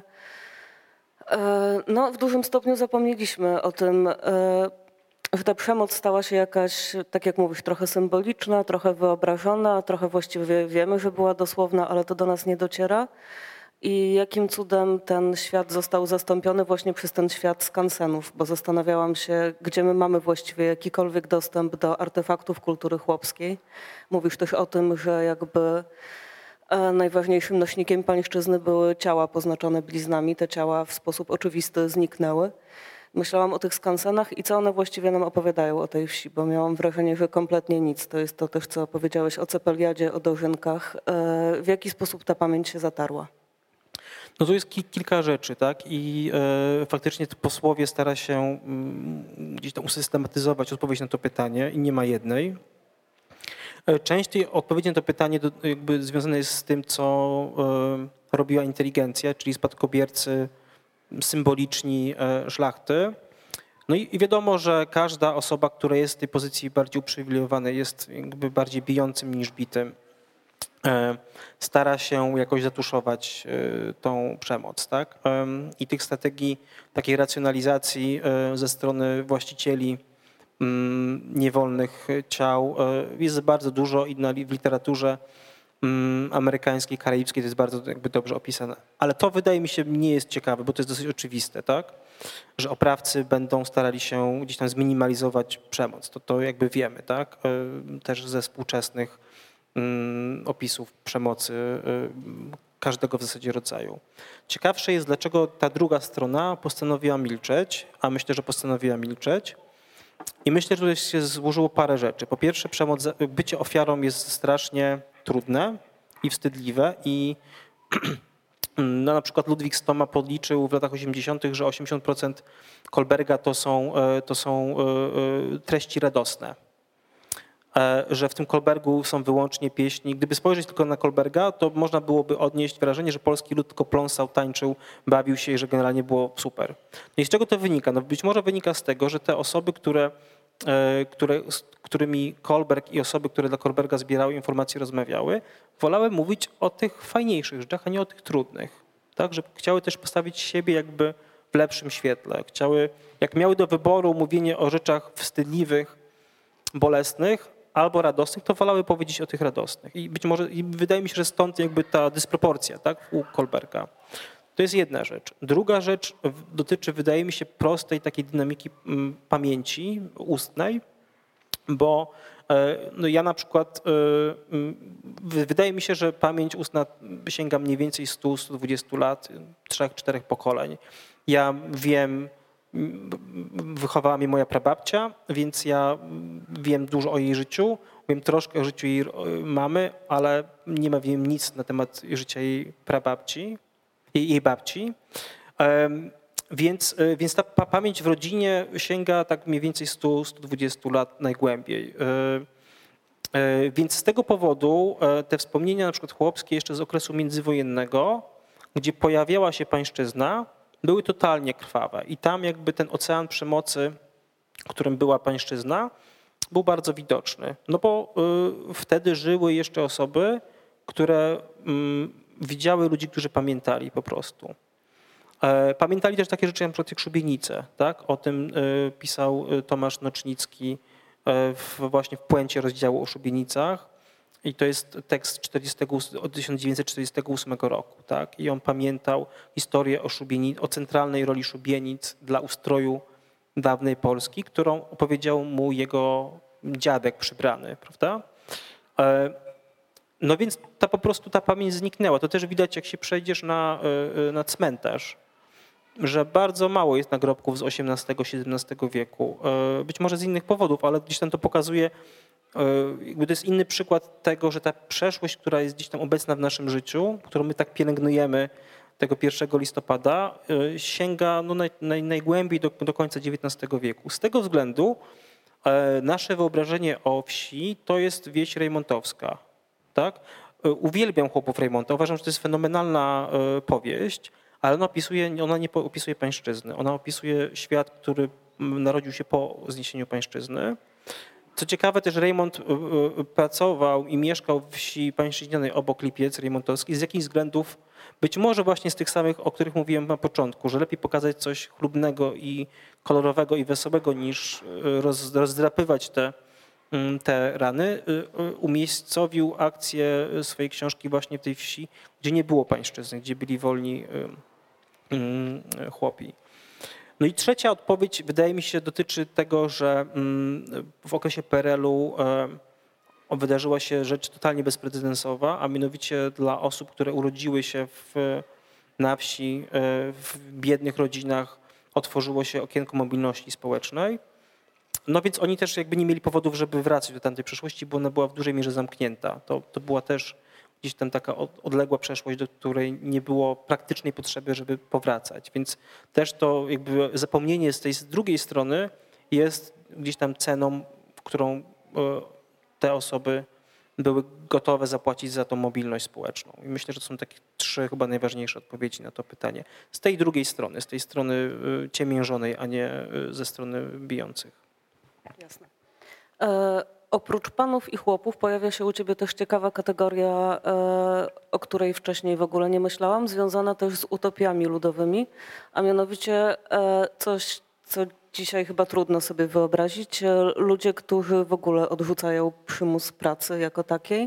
w dużym stopniu zapomnieliśmy o tym, że ta przemoc stała się jakaś, tak jak mówisz, trochę symboliczna, trochę wyobrażona, trochę właściwie wiemy, że była dosłowna, ale to do nas nie dociera. i jakim cudem ten świat został zastąpiony właśnie przez ten świat skansenów, bo zastanawiałam się, gdzie my mamy właściwie jakikolwiek dostęp do artefaktów kultury chłopskiej. Mówisz też o tym, że jakby najważniejszym nośnikiem pańszczyzny były ciała poznaczone bliznami. Te ciała w sposób oczywisty zniknęły. Myślałam o tych skansenach i co one właściwie nam opowiadają o tej wsi, bo miałam wrażenie, że kompletnie nic. To jest to też, co powiedziałeś o Cepeliadzie, o Dożynkach. W jaki sposób ta pamięć się zatarła? No tu jest kilka rzeczy, tak? I faktycznie posłowie stara się gdzieś tam usystematyzować odpowiedź na to pytanie i nie ma jednej. Część tej odpowiedzi na to pytanie jakby związane jest z tym, co robiła inteligencja, czyli spadkobiercy symboliczni szlachty. No i wiadomo, że każda osoba, która jest w tej pozycji bardziej uprzywilejowanej, jest jakby bardziej bijącym niż bitym. Stara się jakoś zatuszować tą przemoc, tak? I tych strategii takiej racjonalizacji ze strony właścicieli niewolnych ciał jest bardzo dużo i w literaturze amerykańskiej, karaibskiej to jest bardzo jakby dobrze opisane. Ale to wydaje mi się nie jest ciekawe, bo to jest dosyć oczywiste, tak? Że oprawcy będą starali się gdzieś tam zminimalizować przemoc. To jakby wiemy, tak? Też ze współczesnych opisów przemocy każdego w zasadzie rodzaju. Ciekawsze jest, dlaczego ta druga strona postanowiła milczeć, a myślę, że postanowiła milczeć. I myślę, że tutaj się złożyło parę rzeczy. Po pierwsze, bycie ofiarą jest strasznie trudne i wstydliwe i no, na przykład Ludwik Stoma podliczył w latach 80., że 80% Kolberga to są treści radosne. Że w tym Kolbergu są wyłącznie pieśni. Gdyby spojrzeć tylko na Kolberga, to można byłoby odnieść wrażenie, że polski lud tylko pląsał, tańczył, bawił się i że generalnie było super. No i z czego to wynika? No być może wynika z tego, że te osoby, z którymi Kolberg i osoby, które dla Kolberga zbierały informacje, rozmawiały, wolały mówić o tych fajniejszych rzeczach, a nie o tych trudnych. Tak? Że chciały też postawić siebie jakby w lepszym świetle. Jak miały do wyboru mówienie o rzeczach wstydliwych, bolesnych albo radosnych, to wolały powiedzieć o tych radosnych. I być może, wydaje mi się, że stąd jakby ta dysproporcja, tak, u Kolberga. To jest jedna rzecz. Druga rzecz dotyczy, wydaje mi się, prostej takiej dynamiki pamięci ustnej, bo no ja na przykład, wydaje mi się, że pamięć ustna sięga mniej więcej 100-120 lat, 3-4 pokoleń. Ja wiem, wychowała mnie moja prababcia, więc ja wiem dużo o jej życiu, wiem troszkę o życiu jej mamy, ale nie wiem nic na temat życia jej prababci, jej babci. Więc ta pamięć w rodzinie sięga tak mniej więcej 100-120 lat najgłębiej. Więc z tego powodu te wspomnienia na przykład chłopskie jeszcze z okresu międzywojennego, gdzie pojawiała się pańszczyzna, były totalnie krwawe. I tam jakby ten ocean przemocy, którym była pańszczyzna, był bardzo widoczny. No bo wtedy żyły jeszcze osoby, które widziały ludzi, którzy pamiętali po prostu. Pamiętali też takie rzeczy, jak np. szubienice. Tak? O tym pisał Tomasz Nocznicki właśnie w puencie rozdziału o szubienicach. I to jest tekst od 1948 roku. Tak? I on pamiętał historię o centralnej roli szubienic dla ustroju dawnej Polski, którą opowiedział mu jego dziadek przybrany. Prawda? No więc po prostu ta pamięć zniknęła. To też widać, jak się przejdziesz na cmentarz, że bardzo mało jest nagrobków z XVIII-XVII wieku. Być może z innych powodów, ale gdzieś tam to pokazuje, jakby to jest inny przykład tego, że ta przeszłość, która jest gdzieś tam obecna w naszym życiu, którą my tak pielęgnujemy tego 1 listopada, sięga no najgłębiej do końca XIX wieku. Z tego względu nasze wyobrażenie o wsi to jest wieś rejmontowska. Tak? Uwielbiam Chłopów Rejmonta, uważam, że to jest fenomenalna powieść, ale ona nie opisuje pańszczyzny. Ona opisuje świat, który narodził się po zniesieniu pańszczyzny. Co ciekawe, też Rejmont pracował i mieszkał w wsi pańszczyźnianej obok Lipiec Rejmontowski z jakichś względów, być może właśnie z tych samych, o których mówiłem na początku, że lepiej pokazać coś chlubnego i kolorowego i wesołego niż rozdrapywać te te rany, umiejscowił akcję swojej książki właśnie w tej wsi, gdzie nie było pańszczyzny, gdzie byli wolni chłopi. No i trzecia odpowiedź, wydaje mi się, dotyczy tego, że w okresie PRL-u wydarzyła się rzecz totalnie bezprecedensowa, a mianowicie dla osób, które urodziły się na wsi, w biednych rodzinach, otworzyło się okienko mobilności społecznej. No więc oni też jakby nie mieli powodów, żeby wracać do tamtej przeszłości, bo ona była w dużej mierze zamknięta. To była też gdzieś tam taka odległa przeszłość, do której nie było praktycznej potrzeby, żeby powracać. Więc też to jakby zapomnienie z tej drugiej strony jest gdzieś tam ceną, którą te osoby były gotowe zapłacić za tą mobilność społeczną. I myślę, że to są takie trzy chyba najważniejsze odpowiedzi na to pytanie. Z tej drugiej strony, z tej strony ciemiężonej, a nie ze strony bijących. Jasne. Oprócz panów i chłopów pojawia się u ciebie też ciekawa kategoria, o której wcześniej w ogóle nie myślałam, związana też z utopiami ludowymi, a mianowicie coś, co dzisiaj chyba trudno sobie wyobrazić. Ludzie, którzy w ogóle odrzucają przymus pracy jako takiej.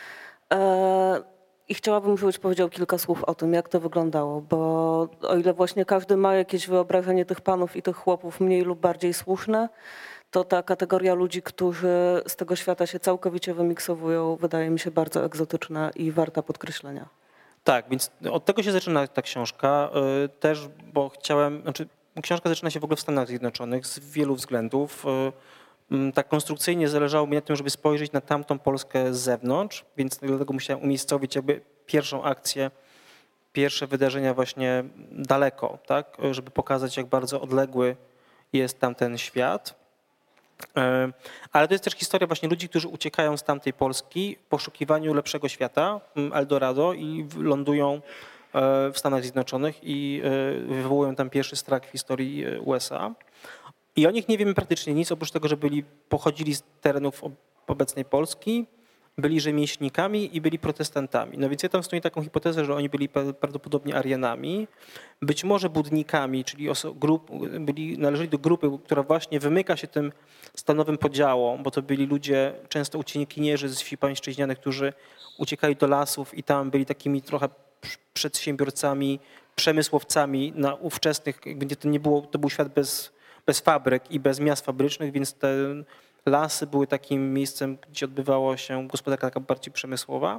I chciałabym, żebyś powiedział kilka słów o tym, jak to wyglądało, bo o ile właśnie każdy ma jakieś wyobrażenie tych panów i tych chłopów mniej lub bardziej słuszne, to ta kategoria ludzi, którzy z tego świata się całkowicie wymiksowują, wydaje mi się bardzo egzotyczna i warta podkreślenia. Tak, więc od tego się zaczyna ta książka też, bo książka zaczyna się w ogóle w Stanach Zjednoczonych z wielu względów. Tak konstrukcyjnie zależało mi na tym, żeby spojrzeć na tamtą Polskę z zewnątrz, więc dlatego musiałem umiejscowić jakby pierwszą akcję, pierwsze wydarzenia właśnie daleko, tak, żeby pokazać, jak bardzo odległy jest tamten świat. Ale to jest też historia właśnie ludzi, którzy uciekają z tamtej Polski w poszukiwaniu lepszego świata, Eldorado, i lądują w Stanach Zjednoczonych i wywołują tam pierwszy strajk w historii USA. I o nich nie wiemy praktycznie nic, oprócz tego, że pochodzili z terenów obecnej Polski, byli rzemieślnikami i byli protestantami. No więc ja tam stoję taką hipotezę, że oni byli prawdopodobnie Arianami, być może budnikami, czyli należeli do grupy, która właśnie wymyka się tym stanowym podziałom, bo to byli ludzie, często uciekinierzy z wsi pańszczyźnianych, którzy uciekali do lasów i tam byli takimi trochę przedsiębiorcami, przemysłowcami na ówczesnych, jakby to był świat bez fabryk i bez miast fabrycznych, więc te lasy były takim miejscem, gdzie odbywała się gospodarka taka bardziej przemysłowa.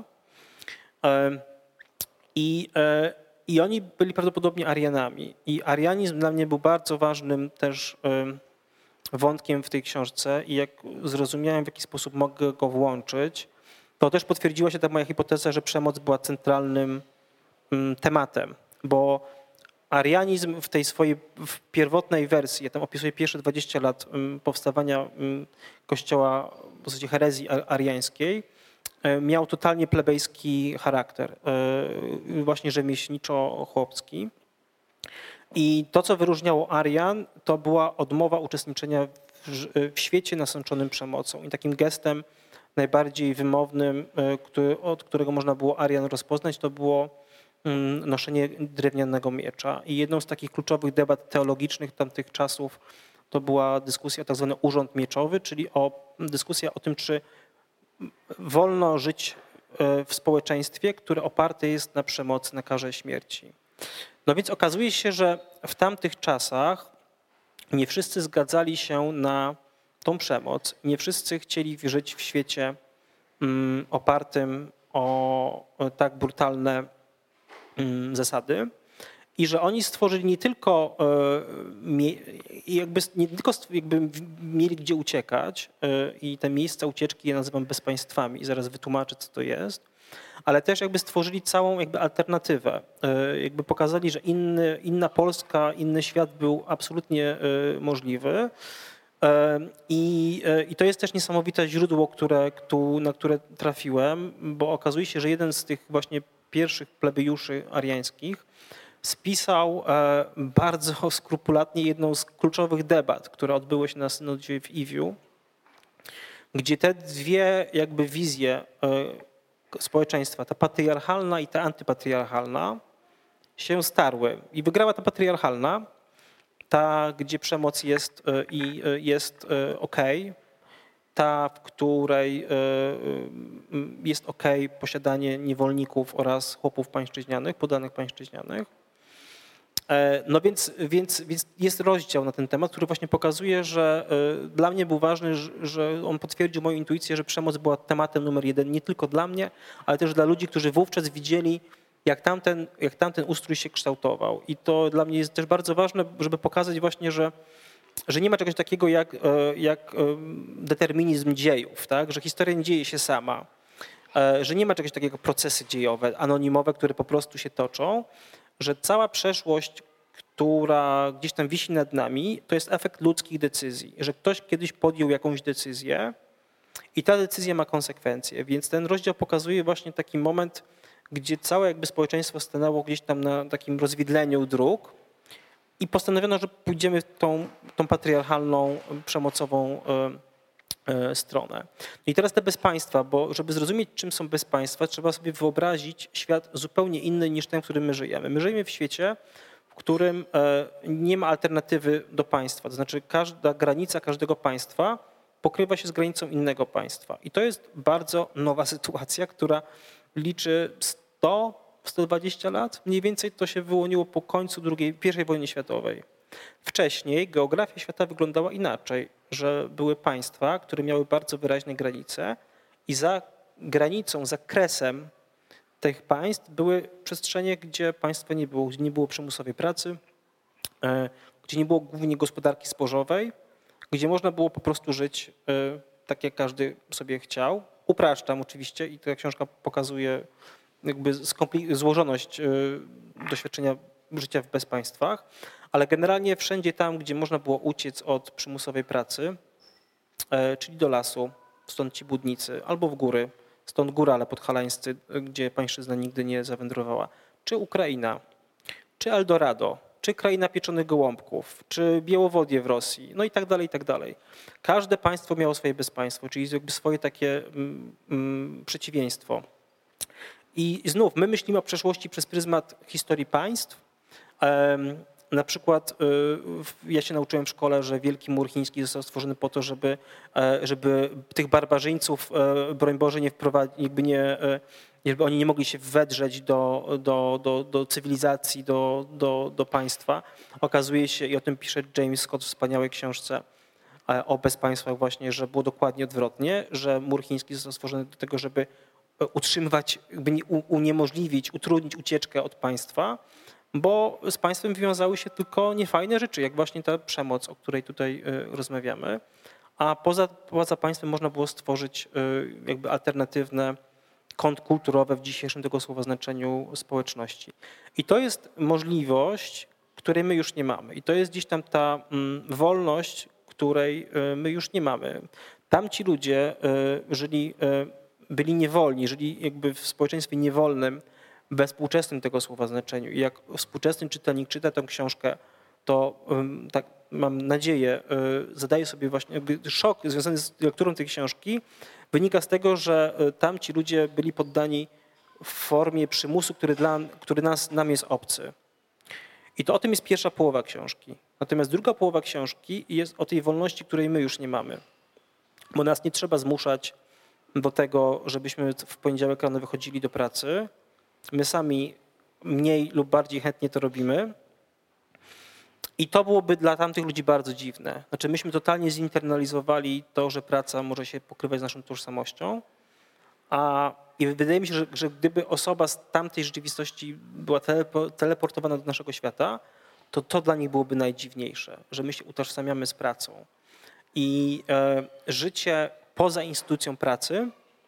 I oni byli prawdopodobnie Arianami. I arianizm dla mnie był bardzo ważnym też wątkiem w tej książce i jak zrozumiałem, w jaki sposób mogę go włączyć, to też potwierdziła się ta moja hipoteza, że przemoc była centralnym tematem, bo arianizm w tej swojej pierwotnej wersji, ja tam opisuję pierwsze 20 lat powstawania kościoła, w zasadzie herezji ariańskiej, miał totalnie plebejski charakter, właśnie rzemieślniczo-chłopski. I to, co wyróżniało Arian, to była odmowa uczestniczenia w świecie nasączonym przemocą. I takim gestem najbardziej wymownym, od którego można było Arian rozpoznać, to było noszenie drewnianego miecza. I jedną z takich kluczowych debat teologicznych tamtych czasów to była dyskusja o tak zwany urząd mieczowy, czyli dyskusja o tym, czy wolno żyć w społeczeństwie, które oparte jest na przemocy, na karze śmierci. No więc okazuje się, że w tamtych czasach nie wszyscy zgadzali się na tą przemoc, nie wszyscy chcieli żyć w świecie opartym o tak brutalne zasady i że oni stworzyli nie tylko mieli gdzie uciekać i te miejsca ucieczki ja nazywam bezpaństwami i zaraz wytłumaczę, co to jest, ale też jakby stworzyli całą jakby alternatywę, jakby pokazali, że inna Polska, inny świat był absolutnie możliwy. I to jest też niesamowite źródło, na które trafiłem, bo okazuje się, że jeden z tych właśnie pierwszych plebejuszy ariańskich spisał bardzo skrupulatnie jedną z kluczowych debat, które odbyły się na synodzie w Iwiu, gdzie te dwie jakby wizje społeczeństwa, ta patriarchalna i ta antypatriarchalna, się starły. I wygrała ta patriarchalna, ta, gdzie przemoc jest okej, ta, w której jest posiadanie niewolników oraz chłopów pańszczyźnianych, poddanych pańszczyźnianych. No więc jest rozdział na ten temat, który właśnie pokazuje, że dla mnie był ważny, że on potwierdził moją intuicję, że przemoc była tematem numer jeden nie tylko dla mnie, ale też dla ludzi, którzy wówczas widzieli, jak tamten ustrój się kształtował. I to dla mnie jest też bardzo ważne, żeby pokazać właśnie, że nie ma czegoś takiego jak determinizm dziejów, tak? Że historia nie dzieje się sama, że nie ma czegoś takiego jak procesy dziejowe, anonimowe, które po prostu się toczą, że cała przeszłość, która gdzieś tam wisi nad nami, to jest efekt ludzkich decyzji, że ktoś kiedyś podjął jakąś decyzję i ta decyzja ma konsekwencje, więc ten rozdział pokazuje właśnie taki moment, gdzie całe jakby społeczeństwo stanęło gdzieś tam na takim rozwidleniu dróg i postanowiono, że pójdziemy w tą patriarchalną, przemocową stronę. I teraz te bezpaństwa, bo żeby zrozumieć, czym są bezpaństwa, trzeba sobie wyobrazić świat zupełnie inny niż ten, w którym my żyjemy. My żyjemy w świecie, w którym nie ma alternatywy do państwa. To znaczy każda granica każdego państwa pokrywa się z granicą innego państwa. I to jest bardzo nowa sytuacja, która liczy 100-120 lat. Mniej więcej to się wyłoniło po końcu I wojny światowej. Wcześniej geografia świata wyglądała inaczej, że były państwa, które miały bardzo wyraźne granice i za granicą, za kresem tych państw były przestrzenie, gdzie państwa nie było, gdzie nie było przymusowej pracy, gdzie nie było głównie gospodarki zbożowej, gdzie można było po prostu żyć tak, jak każdy sobie chciał. Upraszczam oczywiście i ta książka pokazuje jakby złożoność doświadczenia życia w bezpaństwach, ale generalnie wszędzie tam, gdzie można było uciec od przymusowej pracy, czyli do lasu, stąd ci budnicy, albo w góry, stąd górale podhalańscy, gdzie pańszczyzna nigdy nie zawędrowała, czy Ukraina, czy Eldorado, czy kraina pieczonych gołąbków, czy Białowodie w Rosji, no i tak dalej, i tak dalej. Każde państwo miało swoje bezpaństwo, czyli jakby swoje takie przeciwieństwo. I znów my myślimy o przeszłości przez pryzmat historii państw. Na przykład ja się nauczyłem w szkole, że Wielki Mur Chiński został stworzony po to, żeby tych barbarzyńców, broń Boże, nie wprowadzić, żeby oni nie mogli się wedrzeć do cywilizacji, do państwa. Okazuje się, i o tym pisze James Scott w wspaniałej książce o bezpaństwach właśnie, że było dokładnie odwrotnie, że Mur Chiński został stworzony do tego, żeby utrzymywać, jakby uniemożliwić, utrudnić ucieczkę od państwa, bo z państwem wiązały się tylko niefajne rzeczy, jak właśnie ta przemoc, o której tutaj rozmawiamy, a poza państwem można było stworzyć jakby alternatywne, kontrkulturowe w dzisiejszym tego słowa znaczeniu społeczności. I to jest możliwość, której my już nie mamy. I to jest gdzieś tam ta wolność, której my już nie mamy. Tamci ludzie byli niewolni, żyli jakby w społeczeństwie niewolnym, we współczesnym tego słowa znaczeniu. I jak współczesny czytelnik czyta tę książkę, to tak mam nadzieję, zadaje sobie właśnie jakby szok związany z lekturą tej książki, wynika z tego, że tamci ludzie byli poddani w formie przymusu, który nam jest obcy. I to o tym jest pierwsza połowa książki. Natomiast druga połowa książki jest o tej wolności, której my już nie mamy. Bo nas nie trzeba zmuszać do tego, żebyśmy w poniedziałek rano wychodzili do pracy. My sami mniej lub bardziej chętnie to robimy. I to byłoby dla tamtych ludzi bardzo dziwne. Znaczy myśmy totalnie zinternalizowali to, że praca może się pokrywać z naszą tożsamością. I wydaje mi się, że gdyby osoba z tamtej rzeczywistości była teleportowana do naszego świata, to dla nich byłoby najdziwniejsze, że my się utożsamiamy z pracą. I życie poza instytucją pracy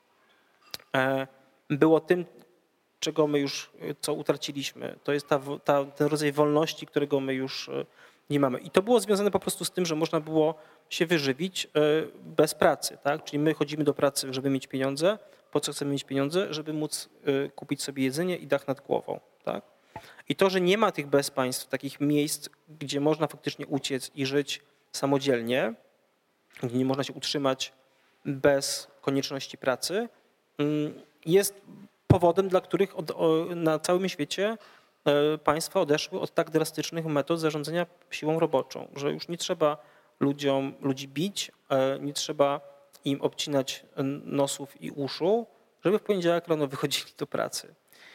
było tym, czego my już, co utraciliśmy. To jest ten rodzaj wolności, którego my już nie mamy. I to było związane po prostu z tym, że można było się wyżywić bez pracy. Tak? Czyli my chodzimy do pracy, żeby mieć pieniądze. Po co chcemy mieć pieniądze? Żeby móc kupić sobie jedzenie i dach nad głową. Tak? I to, że nie ma tych bezpaństw, takich miejsc, gdzie można faktycznie uciec i żyć samodzielnie, gdzie nie można się utrzymać bez konieczności pracy, jest powodem, dla których na całym świecie państwa odeszły od tak drastycznych metod zarządzania siłą roboczą, że już nie trzeba ludzi bić, nie trzeba im obcinać nosów i uszu, żeby w poniedziałek rano wychodzili do pracy.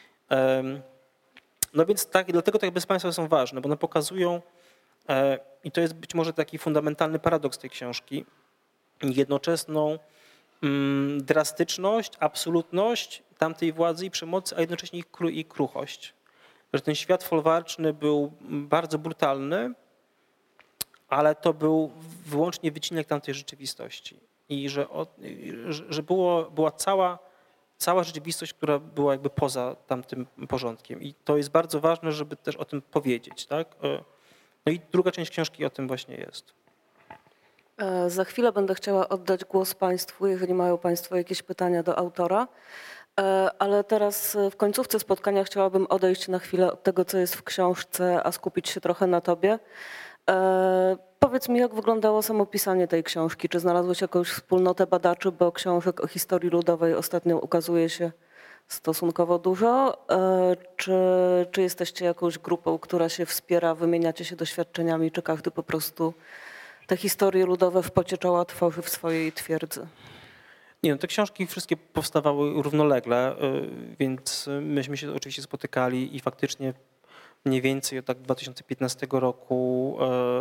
No więc tak, dlatego te bezpaństwa są ważne, bo one pokazują, i to jest być może taki fundamentalny paradoks tej książki, jednoczesną drastyczność, absolutność tamtej władzy i przemocy, a jednocześnie ich kruchość. Że ten świat folwarczny był bardzo brutalny, ale to był wyłącznie wycinek tamtej rzeczywistości. I że była cała rzeczywistość, która była jakby poza tamtym porządkiem. I to jest bardzo ważne, żeby też o tym powiedzieć. Tak? No i druga część książki o tym właśnie jest. Za chwilę będę chciała oddać głos Państwu, jeżeli mają Państwo jakieś pytania do autora. Ale teraz w końcówce spotkania chciałabym odejść na chwilę od tego, co jest w książce, a skupić się trochę na Tobie. Powiedz mi, jak wyglądało samo pisanie tej książki? Czy znalazłeś jakąś wspólnotę badaczy, bo książek o historii ludowej ostatnio ukazuje się stosunkowo dużo. Czy jesteście jakąś grupą, która się wspiera, wymieniacie się doświadczeniami, czy każdy po prostu te historie ludowe w pocie czoła tworzy w swojej twierdzy? Nie, no te książki wszystkie powstawały równolegle, więc myśmy się oczywiście spotykali i faktycznie mniej więcej od tak 2015 roku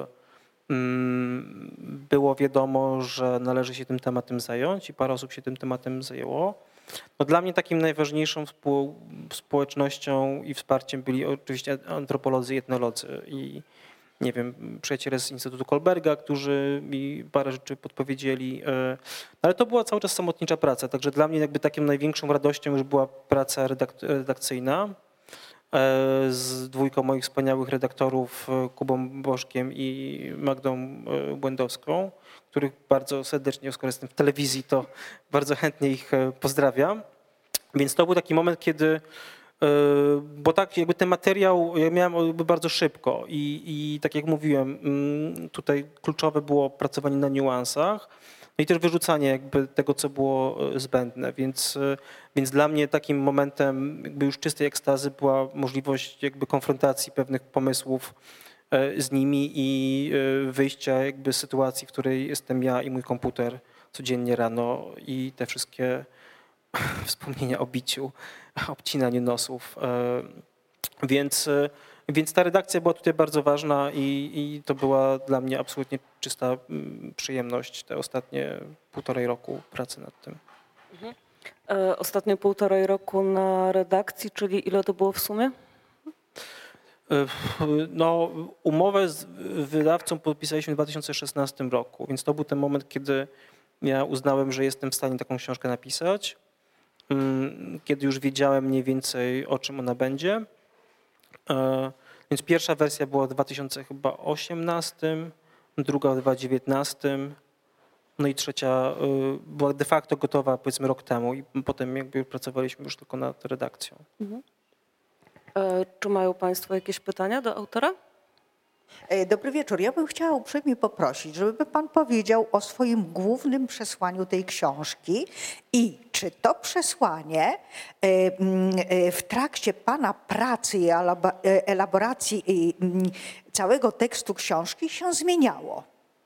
było wiadomo, że należy się tym tematem zająć i parę osób się tym tematem zajęło. No dla mnie takim najważniejszą społecznością i wsparciem byli oczywiście antropolodzy i etnolodzy i nie wiem, przyjaciele z Instytutu Kolberga, którzy mi parę rzeczy podpowiedzieli, ale to była cały czas samotnicza praca, także dla mnie jakby taką największą radością już była praca redakcyjna z dwójką moich wspaniałych redaktorów, Kubą Bożkiem i Magdą Błędowską, których bardzo serdecznie, skoro jestem w telewizji, to bardzo chętnie ich pozdrawiam. Więc to był taki moment, kiedy, bo tak jakby ten materiał ja miałem bardzo szybko i tak jak mówiłem, tutaj kluczowe było pracowanie na niuansach, no i też wyrzucanie jakby tego, co było zbędne, więc dla mnie takim momentem jakby już czystej ekstazy była możliwość jakby konfrontacji pewnych pomysłów z nimi i wyjścia jakby z sytuacji, w której jestem ja i mój komputer codziennie rano i te wszystkie wspomnienia o biciu, obcinaniu nosów. Więc ta redakcja była tutaj bardzo ważna i to była dla mnie absolutnie czysta przyjemność te ostatnie 1,5 roku pracy nad tym. Ostatnie 1,5 roku na redakcji, czyli ile to było w sumie? No, umowę z wydawcą podpisaliśmy w 2016 roku, więc to był ten moment, kiedy ja uznałem, że jestem w stanie taką książkę napisać, kiedy już wiedziałem mniej więcej, o czym ona będzie. Więc pierwsza wersja była w 2018, druga w 2019, no i trzecia była de facto gotowa powiedzmy rok temu i potem jakby pracowaliśmy już tylko nad redakcją. Czy mają Państwo jakieś pytania do autora? Dobry wieczór. Ja bym chciała uprzejmie poprosić, żeby pan powiedział o swoim głównym przesłaniu tej książki i czy to przesłanie w trakcie pana pracy i elaboracji całego tekstu książki się zmieniało.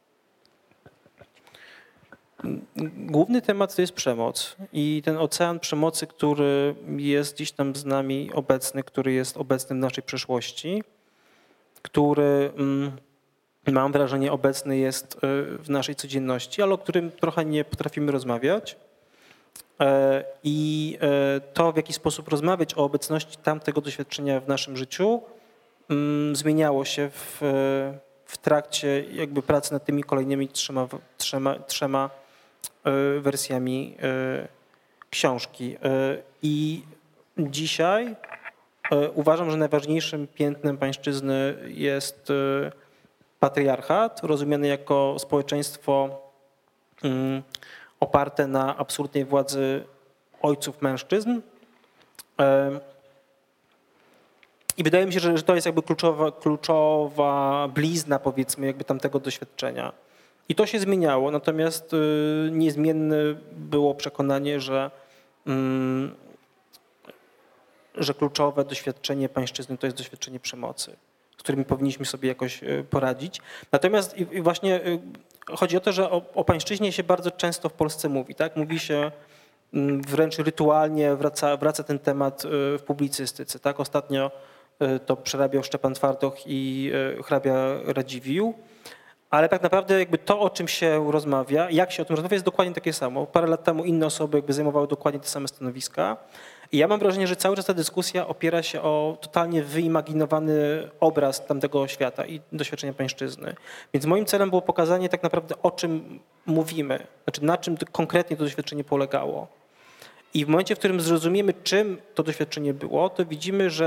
Główny temat to jest przemoc i ten ocean przemocy, który jest gdzieś tam z nami obecny, który jest obecny w naszej przeszłości, który mam wrażenie obecny jest w naszej codzienności, ale o którym trochę nie potrafimy rozmawiać. I to, w jaki sposób rozmawiać o obecności tamtego doświadczenia w naszym życiu, zmieniało się w trakcie jakby pracy nad tymi kolejnymi trzema wersjami książki. I dzisiaj uważam, że najważniejszym piętnem pańszczyzny jest patriarchat, rozumiany jako społeczeństwo oparte na absolutnej władzy ojców mężczyzn. I wydaje mi się, że to jest jakby kluczowa blizna, powiedzmy, jakby tamtego doświadczenia. I to się zmieniało, natomiast niezmienne było przekonanie, że kluczowe doświadczenie pańszczyzny to jest doświadczenie przemocy, z którymi powinniśmy sobie jakoś poradzić. Natomiast i właśnie chodzi o to, że o pańszczyźnie się bardzo często w Polsce mówi, tak? Mówi się wręcz rytualnie, wraca ten temat w publicystyce, tak? Ostatnio to przerabiał Szczepan Twardoch i hrabia Radziwiłł. Ale tak naprawdę jakby to, o czym się rozmawia, jak się o tym rozmawia, jest dokładnie takie samo. Parę lat temu inne osoby jakby zajmowały dokładnie te same stanowiska. I ja mam wrażenie, że cały czas ta dyskusja opiera się o totalnie wyimaginowany obraz tamtego świata i doświadczenia pańszczyzny. Więc moim celem było pokazanie tak naprawdę, o czym mówimy, znaczy na czym konkretnie to doświadczenie polegało. I w momencie, w którym zrozumiemy, czym to doświadczenie było, to widzimy, że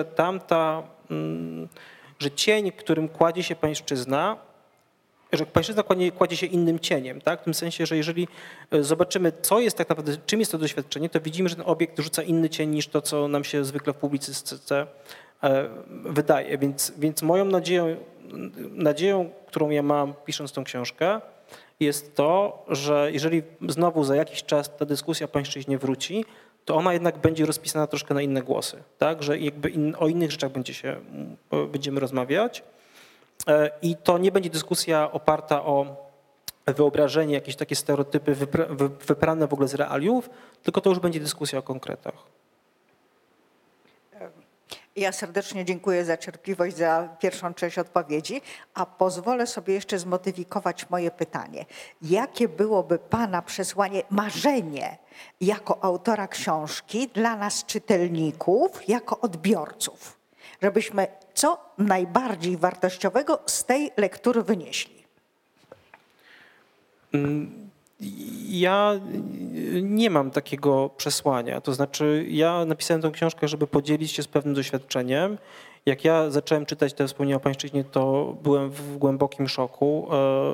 że cień, którym kładzie się pańszczyzna, że pańszczyzna kładzie się innym cieniem, tak? W tym sensie, że jeżeli zobaczymy, co jest tak naprawdę, czym jest to doświadczenie, to widzimy, że ten obiekt rzuca inny cień niż to, co nam się zwykle w publicystyce wydaje. Więc moją nadzieją, którą ja mam pisząc tą książkę, jest to, że jeżeli znowu za jakiś czas ta dyskusja o pańszczyźnie wróci, to ona jednak będzie rozpisana troszkę na inne głosy, tak? Że jakby o innych rzeczach będziemy rozmawiać. I to nie będzie dyskusja oparta o wyobrażenie, jakieś takie stereotypy wyprane w ogóle z realiów, tylko to już będzie dyskusja o konkretach. Ja serdecznie dziękuję za cierpliwość, za pierwszą część odpowiedzi, a pozwolę sobie jeszcze zmodyfikować moje pytanie. Jakie byłoby Pana przesłanie, marzenie jako autora książki dla nas czytelników, jako odbiorców, żebyśmy co najbardziej wartościowego z tej lektury wynieśli? Ja nie mam takiego przesłania. To znaczy, ja napisałem tę książkę, żeby podzielić się z pewnym doświadczeniem. Jak ja zacząłem czytać te wspomnienia o pańszczyźnie, to byłem w głębokim szoku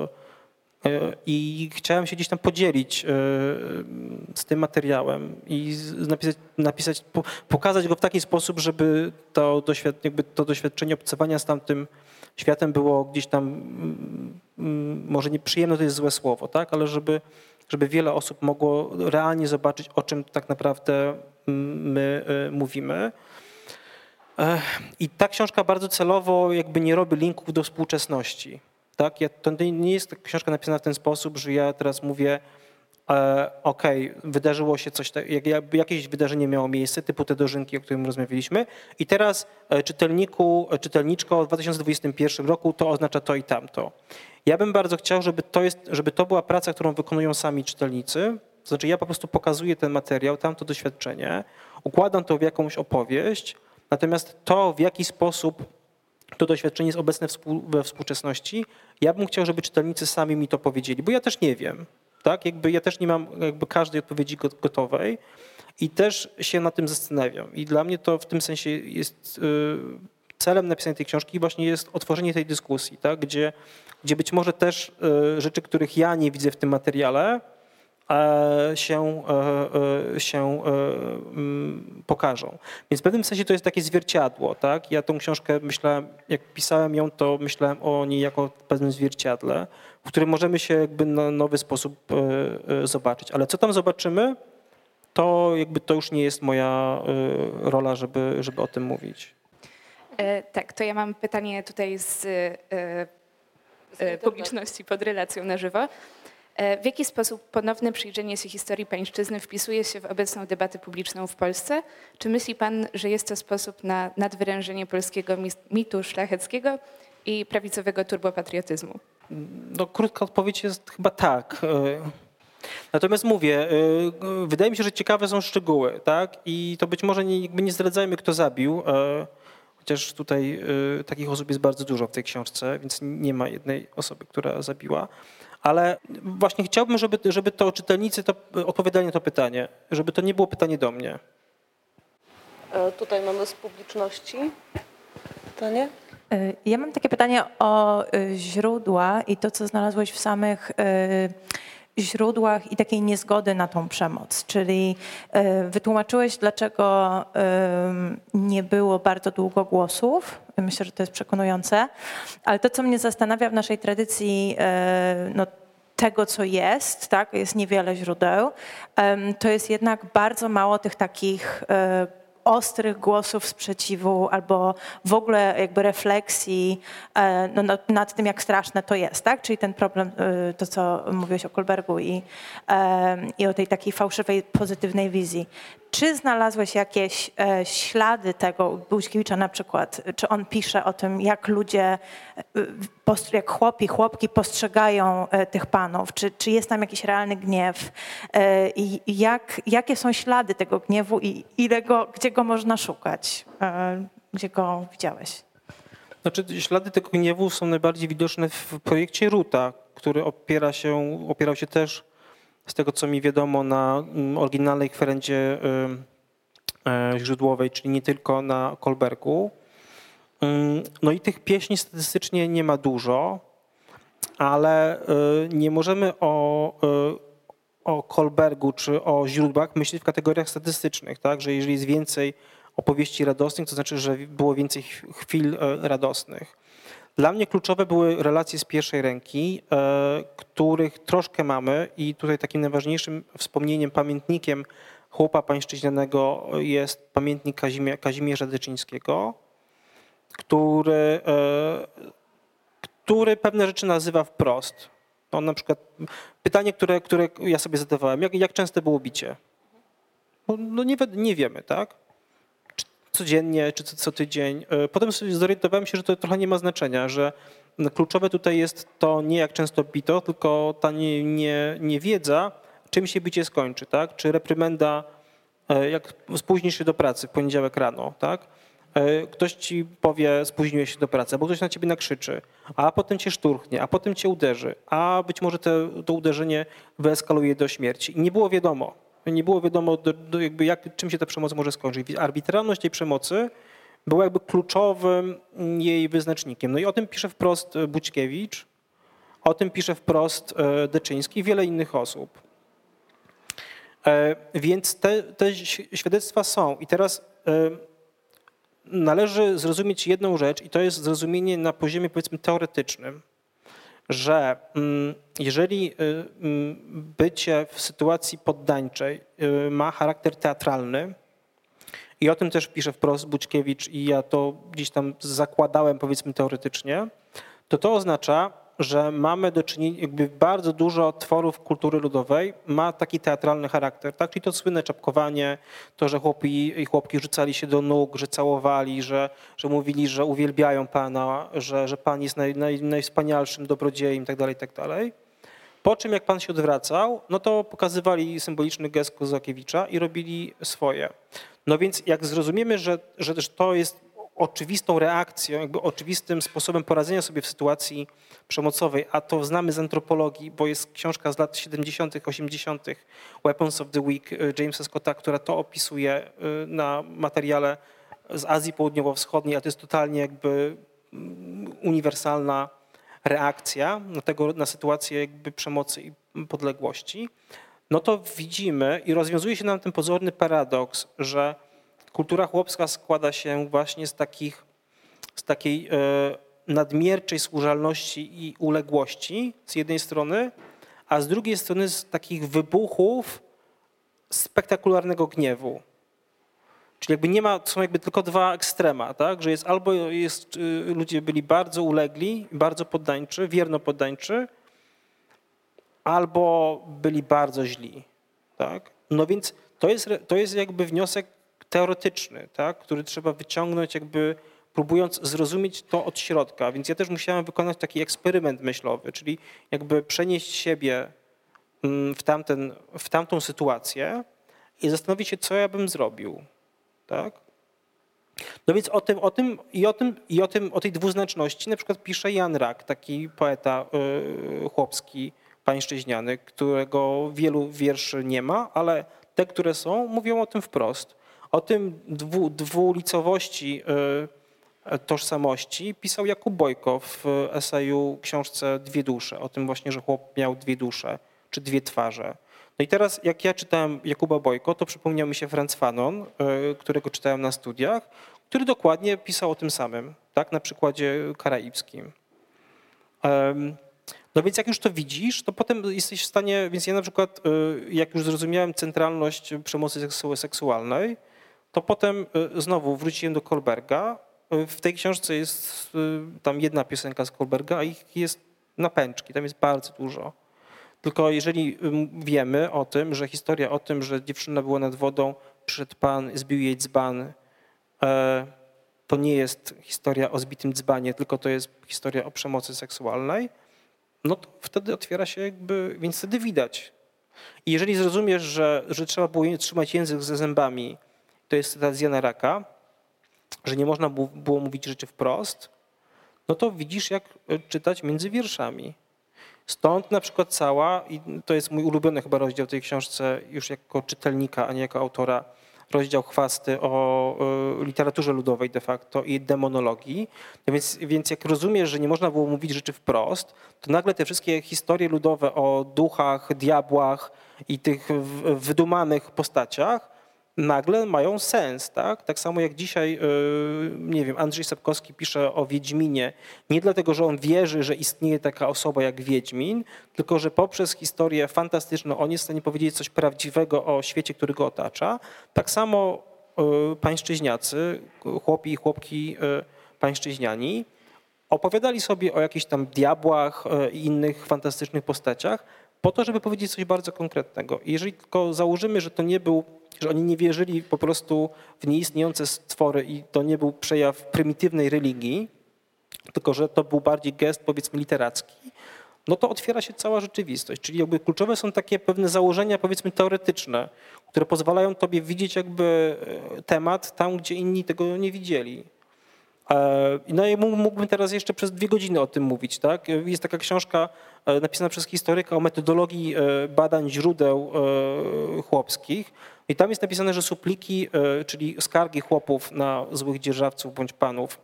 i chciałem się gdzieś tam podzielić z tym materiałem i pokazać go w taki sposób, żeby to doświadczenie obcowania z tamtym światem było gdzieś tam, może nieprzyjemne to jest złe słowo, tak, ale żeby wiele osób mogło realnie zobaczyć, o czym tak naprawdę my mówimy. I ta książka bardzo celowo jakby nie robi linków do współczesności. Tak? To nie jest książka napisana w ten sposób, że ja teraz mówię, okej, wydarzyło się coś, jakieś wydarzenie miało miejsce, typu te dożynki, o którym rozmawialiśmy i teraz czytelniczko w 2021 roku to oznacza to i tamto. Ja bym bardzo chciał, żeby to była praca, którą wykonują sami czytelnicy, to znaczy ja po prostu pokazuję ten materiał, tamto doświadczenie, układam to w jakąś opowieść, natomiast to, w jaki sposób to doświadczenie jest obecne we współczesności, ja bym chciał, żeby czytelnicy sami mi to powiedzieli, bo ja też nie wiem. Tak? Ja też nie mam każdej odpowiedzi gotowej i też się nad tym zastanawiam. I dla mnie to w tym sensie jest celem napisania tej książki właśnie jest otworzenie tej dyskusji, tak? Gdzie być może też rzeczy, których ja nie widzę w tym materiale, się pokażą. Więc w pewnym sensie to jest takie zwierciadło. Tak? Ja tą książkę myślałem, jak pisałem ją, to myślałem o niej jako pewnym zwierciadle, w którym możemy się jakby na nowy sposób zobaczyć. Ale co tam zobaczymy, to jakby to już nie jest moja rola, żeby o tym mówić. Tak, to ja mam pytanie tutaj z publiczności pod relacją na żywo. W jaki sposób ponowne przyjrzenie się historii pańszczyzny wpisuje się w obecną debatę publiczną w Polsce? Czy myśli pan, że jest to sposób na nadwyrężenie polskiego mitu szlacheckiego i prawicowego turbopatriotyzmu? No, krótka odpowiedź jest chyba tak. Natomiast mówię, wydaje mi się, że ciekawe są szczegóły, tak? I to być może nie zdradzajmy, kto zabił, chociaż tutaj takich osób jest bardzo dużo w tej książce, więc nie ma jednej osoby, która zabiła. Ale właśnie chciałbym, żeby to czytelnicy odpowiadali na to pytanie, żeby to nie było pytanie do mnie. Tutaj mamy z publiczności pytanie. Ja mam takie pytanie o źródła i to, co znalazłeś w samych źródłach i takiej niezgody na tą przemoc. Czyli wytłumaczyłeś, dlaczego nie było bardzo długo głosów. Myślę, że to jest przekonujące. Ale to, co mnie zastanawia w naszej tradycji tego, co jest, tak, jest niewiele źródeł, to jest jednak bardzo mało tych takich ostrych głosów sprzeciwu albo w ogóle jakby refleksji nad tym, jak straszne to jest, tak? Czyli ten problem, to co mówiłeś o Kohlbergu i o tej takiej fałszywej, pozytywnej wizji. Czy znalazłeś jakieś ślady tego Bućkiewicza na przykład? Czy on pisze o tym, jak ludzie, jak chłopki postrzegają tych panów? Czy jest tam jakiś realny gniew? I jakie są ślady tego gniewu i gdzie go można szukać? Gdzie go widziałeś? Znaczy, ślady tego gniewu są najbardziej widoczne w projekcie Ruta, który opierał się też, z tego co mi wiadomo, na oryginalnej kwerendzie źródłowej, czyli nie tylko na Kohlbergu. No i tych pieśni statystycznie nie ma dużo, ale nie możemy o Kohlbergu czy o źródłach myśleć w kategoriach statystycznych, tak? Że jeżeli jest więcej opowieści radosnych, to znaczy, że było więcej chwil radosnych. Dla mnie kluczowe były relacje z pierwszej ręki, których troszkę mamy i tutaj takim najważniejszym wspomnieniem, pamiętnikiem chłopa pańszczyźnianego jest pamiętnik Kazimierza Deczyńskiego, który pewne rzeczy nazywa wprost. No, na przykład pytanie, które ja sobie zadawałem, jak częste było bicie? No nie wiemy, tak? Czy codziennie, czy co tydzień. Potem sobie zorientowałem się, że to trochę nie ma znaczenia, że kluczowe tutaj jest to nie jak często bito, tylko ta niewiedza, czym się bicie skończy, tak? Czy reprymenda, jak spóźnisz się do pracy w poniedziałek rano, tak? Ktoś ci powie, spóźniłeś się do pracy, albo ktoś na ciebie nakrzyczy, a potem cię szturchnie, a potem cię uderzy, a być może to uderzenie wyeskaluje do śmierci. I nie było wiadomo. Nie było wiadomo, czym się ta przemoc może skończyć. Arbitralność tej przemocy była jakby kluczowym jej wyznacznikiem. No i o tym pisze wprost Bućkiewicz, o tym pisze wprost Deczyński i wiele innych osób. Więc te świadectwa są. I teraz należy zrozumieć jedną rzecz i to jest zrozumienie na poziomie, powiedzmy, teoretycznym, że jeżeli bycie w sytuacji poddańczej ma charakter teatralny i o tym też pisze wprost Bućkiewicz i ja to gdzieś tam zakładałem, powiedzmy, teoretycznie, to oznacza, że mamy do czynienia, jakby bardzo dużo tworów kultury ludowej ma taki teatralny charakter, tak? Czyli to słynne czapkowanie, to, że chłopi i chłopki rzucali się do nóg, że całowali, że mówili, że uwielbiają Pana, że Pan jest najwspanialszym dobrodziejem i tak dalej. Po czym jak Pan się odwracał, no to pokazywali symboliczny gest Kozakiewicza i robili swoje. No więc jak zrozumiemy, że to jest oczywistą reakcją, jakby oczywistym sposobem poradzenia sobie w sytuacji przemocowej, a to znamy z antropologii, bo jest książka z lat 70., 80., Weapons of the Weak Jamesa Scotta, która to opisuje na materiale z Azji Południowo-Wschodniej, a to jest totalnie jakby uniwersalna reakcja na sytuację jakby przemocy i podległości, no to widzimy i rozwiązuje się nam ten pozorny paradoks, że kultura chłopska składa się właśnie z takiej nadmierczej służalności i uległości z jednej strony, a z drugiej strony z takich wybuchów spektakularnego gniewu. Czyli jakby nie ma, to są jakby tylko dwa ekstrema, tak? Że ludzie byli bardzo ulegli, bardzo poddańczy, wierno poddańczy, albo byli bardzo źli, tak? No więc to jest jakby wniosek teoretyczny, tak? Który trzeba wyciągnąć jakby próbując zrozumieć to od środka. Więc ja też musiałem wykonać taki eksperyment myślowy, czyli jakby przenieść siebie w tamtą sytuację i zastanowić się, co ja bym zrobił, tak? No więc o tej dwuznaczności na przykład pisze Jan Rak, taki poeta chłopski, pańszczyźniany, którego wielu wierszy nie ma, ale te, które są, mówią o tym wprost. O tym dwulicowości tożsamości pisał Jakub Bojko w eseju, książce Dwie dusze, o tym właśnie, że chłop miał dwie dusze, czy dwie twarze. No i teraz jak ja czytałem Jakuba Bojko, to przypomniał mi się Franz Fanon, którego czytałem na studiach, który dokładnie pisał o tym samym, tak, na przykładzie karaibskim. No więc jak już to widzisz, to potem jesteś w stanie, więc ja na przykład, jak już zrozumiałem centralność przemocy seksualnej, to potem znowu wróciłem do Kohlberga. W tej książce jest tam jedna piosenka z Kohlberga, a ich jest na pęczki, tam jest bardzo dużo. Tylko jeżeli wiemy o tym, że historia o tym, że dziewczyna była nad wodą, przyszedł pan, zbił jej dzban, to nie jest historia o zbitym dzbanie, tylko to jest historia o przemocy seksualnej, no to wtedy otwiera się więc wtedy widać. I jeżeli zrozumiesz, że trzeba było trzymać język ze zębami, to jest cytat z Jana Raka, że nie można było mówić rzeczy wprost, no to widzisz, jak czytać między wierszami. Stąd na przykład i to jest mój ulubiony chyba rozdział w tej książce, już jako czytelnika, a nie jako autora, rozdział Chwasty o literaturze ludowej de facto i demonologii. No więc jak rozumiesz, że nie można było mówić rzeczy wprost, to nagle te wszystkie historie ludowe o duchach, diabłach i tych wydumanych postaciach nagle mają sens, tak? Tak samo jak dzisiaj, nie wiem, Andrzej Sapkowski pisze o Wiedźminie, nie dlatego, że on wierzy, że istnieje taka osoba jak Wiedźmin, tylko że poprzez historię fantastyczną on jest w stanie powiedzieć coś prawdziwego o świecie, który go otacza. Tak samo pańszczyźniacy, chłopi i chłopki pańszczyźniani, opowiadali sobie o jakichś tam diabłach i innych fantastycznych postaciach po to, żeby powiedzieć coś bardzo konkretnego. I jeżeli tylko założymy, że że oni nie wierzyli po prostu w nieistniejące stwory i to nie był przejaw prymitywnej religii, tylko że to był bardziej gest, powiedzmy, literacki, no to otwiera się cała rzeczywistość. Czyli kluczowe są takie pewne założenia, powiedzmy, teoretyczne, które pozwalają tobie widzieć temat tam, gdzie inni tego nie widzieli. No i mógłbym teraz jeszcze przez 2 godziny o tym mówić. Tak? Jest taka książka napisana przez historyka o metodologii badań źródeł chłopskich. I tam jest napisane, że supliki, czyli skargi chłopów na złych dzierżawców bądź panów,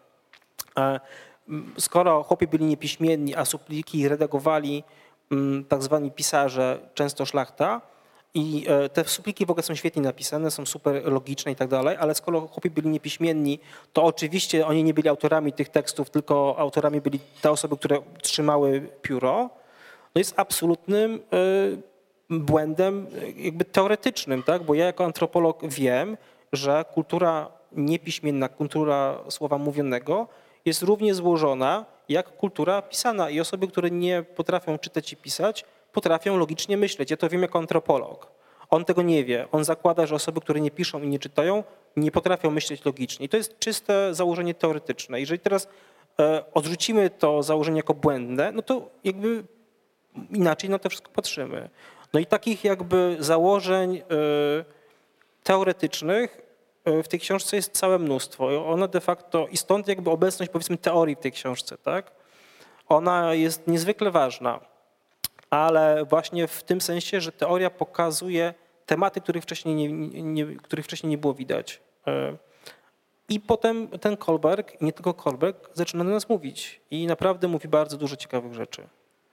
skoro chłopi byli niepiśmienni, a supliki redagowali tak zwani pisarze, często szlachta, i te supliki w ogóle są świetnie napisane, są super logiczne i tak dalej, ale skoro chłopi byli niepiśmienni, to oczywiście oni nie byli autorami tych tekstów, tylko autorami byli te osoby, które trzymały pióro. No jest absolutnym błędem teoretycznym, tak? Bo ja jako antropolog wiem, że kultura niepiśmienna, kultura słowa mówionego jest równie złożona jak kultura pisana i osoby, które nie potrafią czytać i pisać, potrafią logicznie myśleć. Ja to wiem jako antropolog. On tego nie wie. On zakłada, że osoby, które nie piszą i nie czytają, nie potrafią myśleć logicznie. I to jest czyste założenie teoretyczne. Jeżeli teraz odrzucimy to założenie jako błędne, no to inaczej na to wszystko patrzymy. No i takich założeń teoretycznych w tej książce jest całe mnóstwo. Ona de facto, i stąd obecność, powiedzmy, teorii w tej książce, tak? Ona jest niezwykle ważna, ale właśnie w tym sensie, że teoria pokazuje tematy, których wcześniej nie było widać. I potem ten Kohlberg, i nie tylko Kohlberg, zaczyna do nas mówić i naprawdę mówi bardzo dużo ciekawych rzeczy.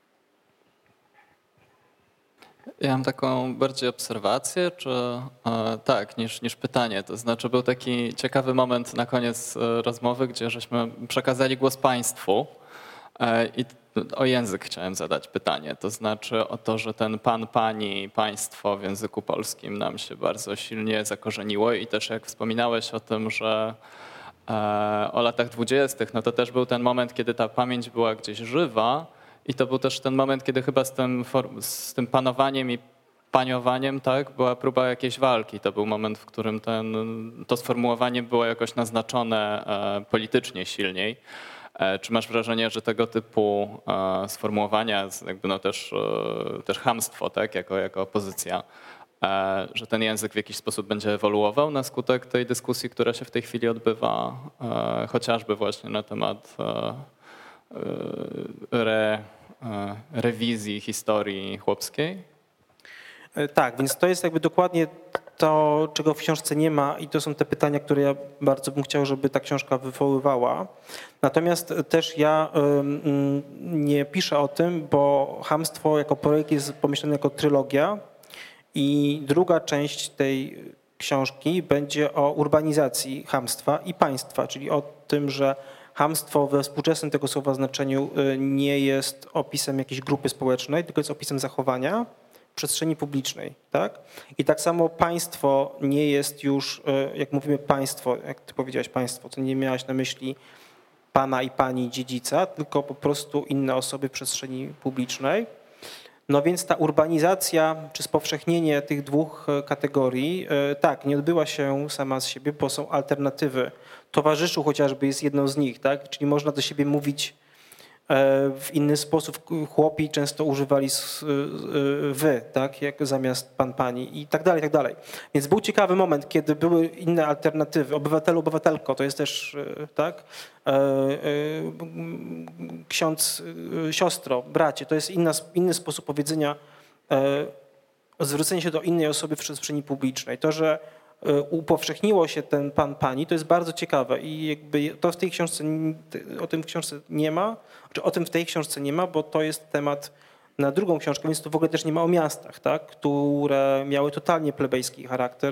Ja mam taką bardziej obserwację, niż pytanie. To znaczy był taki ciekawy moment na koniec rozmowy, gdzie żeśmy przekazali głos państwu i o język chciałem zadać pytanie. To znaczy o to, że ten pan, pani, państwo w języku polskim nam się bardzo silnie zakorzeniło i też jak wspominałeś o tym, że o latach 20., no to też był ten moment, kiedy ta pamięć była gdzieś żywa. I to był też ten moment, kiedy chyba z tym panowaniem i paniowaniem, tak, była próba jakiejś walki. To był moment, w którym to sformułowanie było jakoś naznaczone politycznie silniej. Czy masz wrażenie, że tego typu sformułowania, też chamstwo, tak, jako opozycja, że ten język w jakiś sposób będzie ewoluował na skutek tej dyskusji, która się w tej chwili odbywa, chociażby właśnie na temat rewizji historii chłopskiej? Tak, więc to jest dokładnie to, czego w książce nie ma i to są te pytania, które ja bardzo bym chciał, żeby ta książka wywoływała. Natomiast też ja nie piszę o tym, bo chamstwo jako projekt jest pomyślane jako trylogia i druga część tej książki będzie o urbanizacji chamstwa i państwa, czyli o tym, że chamstwo we współczesnym tego słowa znaczeniu nie jest opisem jakiejś grupy społecznej, tylko jest opisem zachowania przestrzeni publicznej, tak? I tak samo państwo nie jest już, jak mówimy państwo, jak ty powiedziałaś państwo, to nie miałaś na myśli pana i pani dziedzica, tylko po prostu inne osoby w przestrzeni publicznej. No więc ta urbanizacja czy spowszechnienie tych dwóch kategorii, tak, nie odbyła się sama z siebie, bo są alternatywy. Towarzyszu chociażby jest jedną z nich, tak? Czyli można do siebie mówić w inny sposób. Chłopi często używali wy, tak, jak zamiast pan, pani i tak dalej, i tak dalej. Więc był ciekawy moment, kiedy były inne alternatywy. Obywatelu, obywatelko, to jest też, tak, ksiądz, siostro, bracie, to jest inny sposób powiedzenia, zwrócenie się do innej osoby w przestrzeni publicznej. To, że upowszechniło się ten pan, pani, to jest bardzo ciekawe i jakby to w tej książce, o tym w książce nie ma, czy o tym w tej książce nie ma, bo to jest temat na drugą książkę, więc tu w ogóle też nie ma o miastach, tak, które miały totalnie plebejski charakter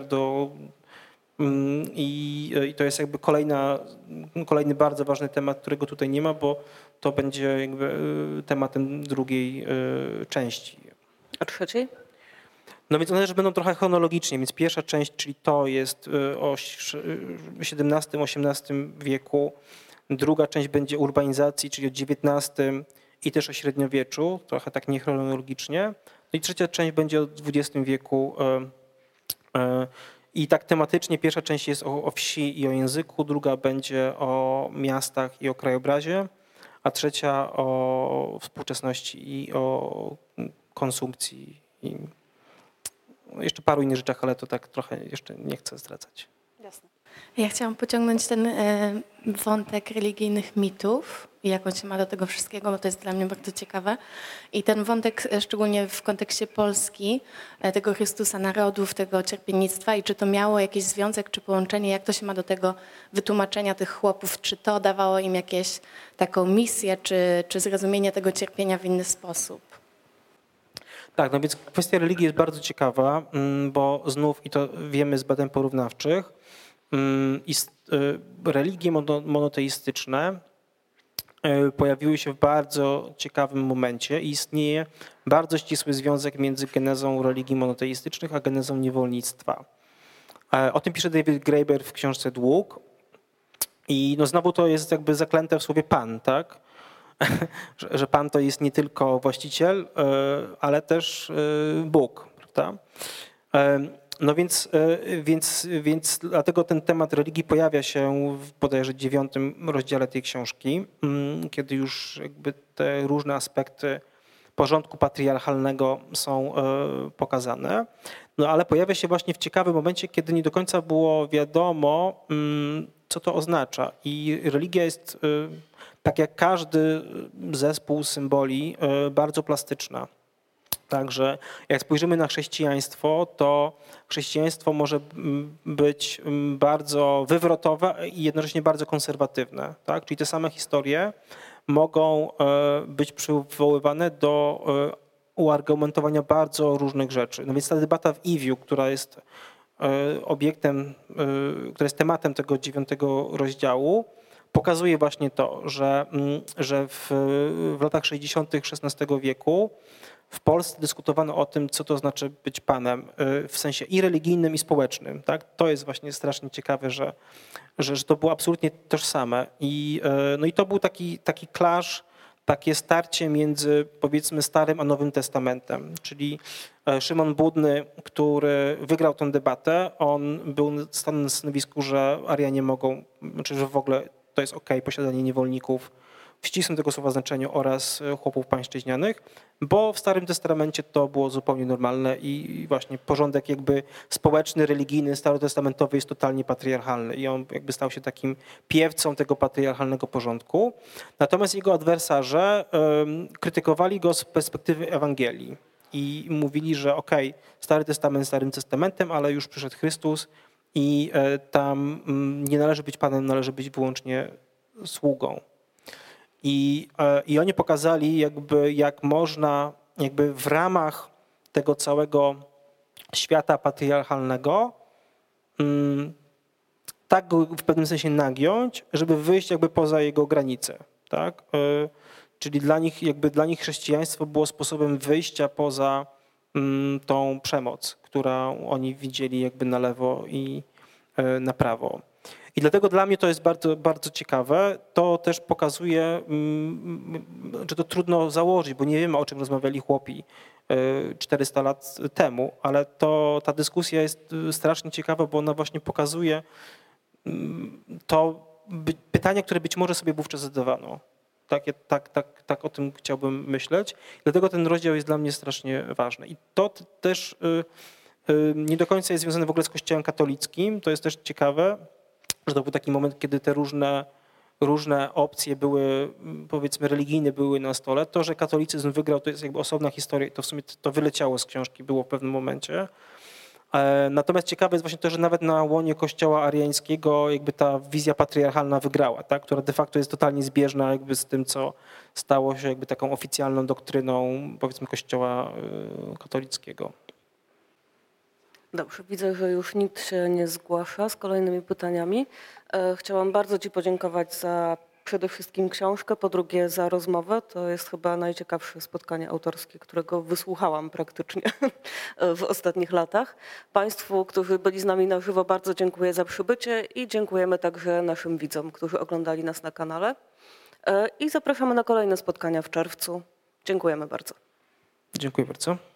i to jest jakby kolejny bardzo ważny temat, którego tutaj nie ma, bo to będzie jakby tematem drugiej części. A trzeciej? No więc one też będą trochę chronologicznie, więc pierwsza część, czyli to jest o XVII-XVIII wieku, druga część będzie urbanizacji, czyli o XIX i też o średniowieczu, trochę tak niechronologicznie. No i trzecia część będzie o XX wieku i tak tematycznie pierwsza część jest o wsi i o języku, druga będzie o miastach i o krajobrazie, a trzecia o współczesności i o konsumpcji i jeszcze paru innych rzeczach, ale to tak trochę jeszcze nie chcę zdradzać. Jasne. Ja chciałam pociągnąć ten wątek religijnych mitów i jak on się ma do tego wszystkiego, bo to jest dla mnie bardzo ciekawe. I ten wątek szczególnie w kontekście Polski, tego Chrystusa narodów, tego cierpiennictwa i czy to miało jakiś związek, czy połączenie, jak to się ma do tego wytłumaczenia tych chłopów, czy to dawało im jakieś taką misję, czy zrozumienie tego cierpienia w inny sposób. Tak, no więc kwestia religii jest bardzo ciekawa, bo znów, i to wiemy z badań porównawczych, religie monoteistyczne pojawiły się w bardzo ciekawym momencie i istnieje bardzo ścisły związek między genezą religii monoteistycznych a genezą niewolnictwa. O tym pisze David Graeber w książce Dług i no znowu to jest jakby zaklęte w słowie pan, tak? Że pan to jest nie tylko właściciel, ale też Bóg, prawda? No więc dlatego ten temat religii pojawia się w bodajże 9 rozdziale tej książki, kiedy już jakby te różne aspekty porządku patriarchalnego są pokazane. No ale pojawia się właśnie w ciekawym momencie, kiedy nie do końca było wiadomo, co to oznacza. I religia jest, tak jak każdy zespół symboli, bardzo plastyczna. Także jak spojrzymy na chrześcijaństwo, to chrześcijaństwo może być bardzo wywrotowe i jednocześnie bardzo konserwatywne. Tak? Czyli te same historie mogą być przywoływane do uargumentowania bardzo różnych rzeczy. No więc ta debata w Iwiu, która jest obiektem, która jest tematem tego 9 rozdziału, pokazuje właśnie to, że w latach 60. XVI wieku w Polsce dyskutowano o tym, co to znaczy być panem w sensie i religijnym, i społecznym. Tak? To jest właśnie strasznie ciekawe, że to było absolutnie tożsame. No i to był taki clash, takie starcie między powiedzmy Starym a Nowym Testamentem. Czyli Szymon Budny, który wygrał tę debatę, on stanął na stanowisku, że Arianie mogą, znaczy że w ogóle to jest okej, posiadanie niewolników w ścisłym tego słowa znaczeniu oraz chłopów pańszczyźnianych, bo w Starym Testamencie to było zupełnie normalne i właśnie porządek jakby społeczny, religijny, starotestamentowy jest totalnie patriarchalny i on jakby stał się takim piewcą tego patriarchalnego porządku. Natomiast jego adwersarze krytykowali go z perspektywy Ewangelii i mówili, że okej, Stary Testament Starym Testamentem, ale już przyszedł Chrystus i tam nie należy być panem, należy być wyłącznie sługą. I oni pokazali jak można jakby w ramach tego całego świata patriarchalnego tak go w pewnym sensie nagiąć, żeby wyjść jakby poza jego granice. Tak? Czyli dla nich chrześcijaństwo było sposobem wyjścia poza tą przemoc, którą oni widzieli jakby na lewo i na prawo. I dlatego dla mnie to jest bardzo, bardzo ciekawe. To też pokazuje, że to trudno założyć, bo nie wiemy, o czym rozmawiali chłopi 400 lat temu, ale ta dyskusja jest strasznie ciekawa, bo ona właśnie pokazuje to pytania, które być może sobie wówczas zadawano. Tak o tym chciałbym myśleć. Dlatego ten rozdział jest dla mnie strasznie ważny. I to też nie do końca jest związane w ogóle z Kościołem katolickim. To jest też ciekawe, że to był taki moment, kiedy te różne opcje były, powiedzmy, religijne były na stole. To, że katolicyzm wygrał, to jest jakby osobna historia. To w sumie to wyleciało z książki, było w pewnym momencie. Natomiast ciekawe jest właśnie to, że nawet na łonie Kościoła ariańskiego jakby ta wizja patriarchalna wygrała, tak? Która de facto jest totalnie zbieżna jakby z tym, co stało się jakby taką oficjalną doktryną, powiedzmy, Kościoła katolickiego. Dobrze, widzę, że już nikt się nie zgłasza z kolejnymi pytaniami. Chciałam bardzo Ci podziękować za przede wszystkim książkę, po drugie za rozmowę. To jest chyba najciekawsze spotkanie autorskie, którego wysłuchałam praktycznie w ostatnich latach. Państwu, którzy byli z nami na żywo, bardzo dziękuję za przybycie i dziękujemy także naszym widzom, którzy oglądali nas na kanale. I zapraszamy na kolejne spotkania w czerwcu. Dziękujemy bardzo. Dziękuję bardzo.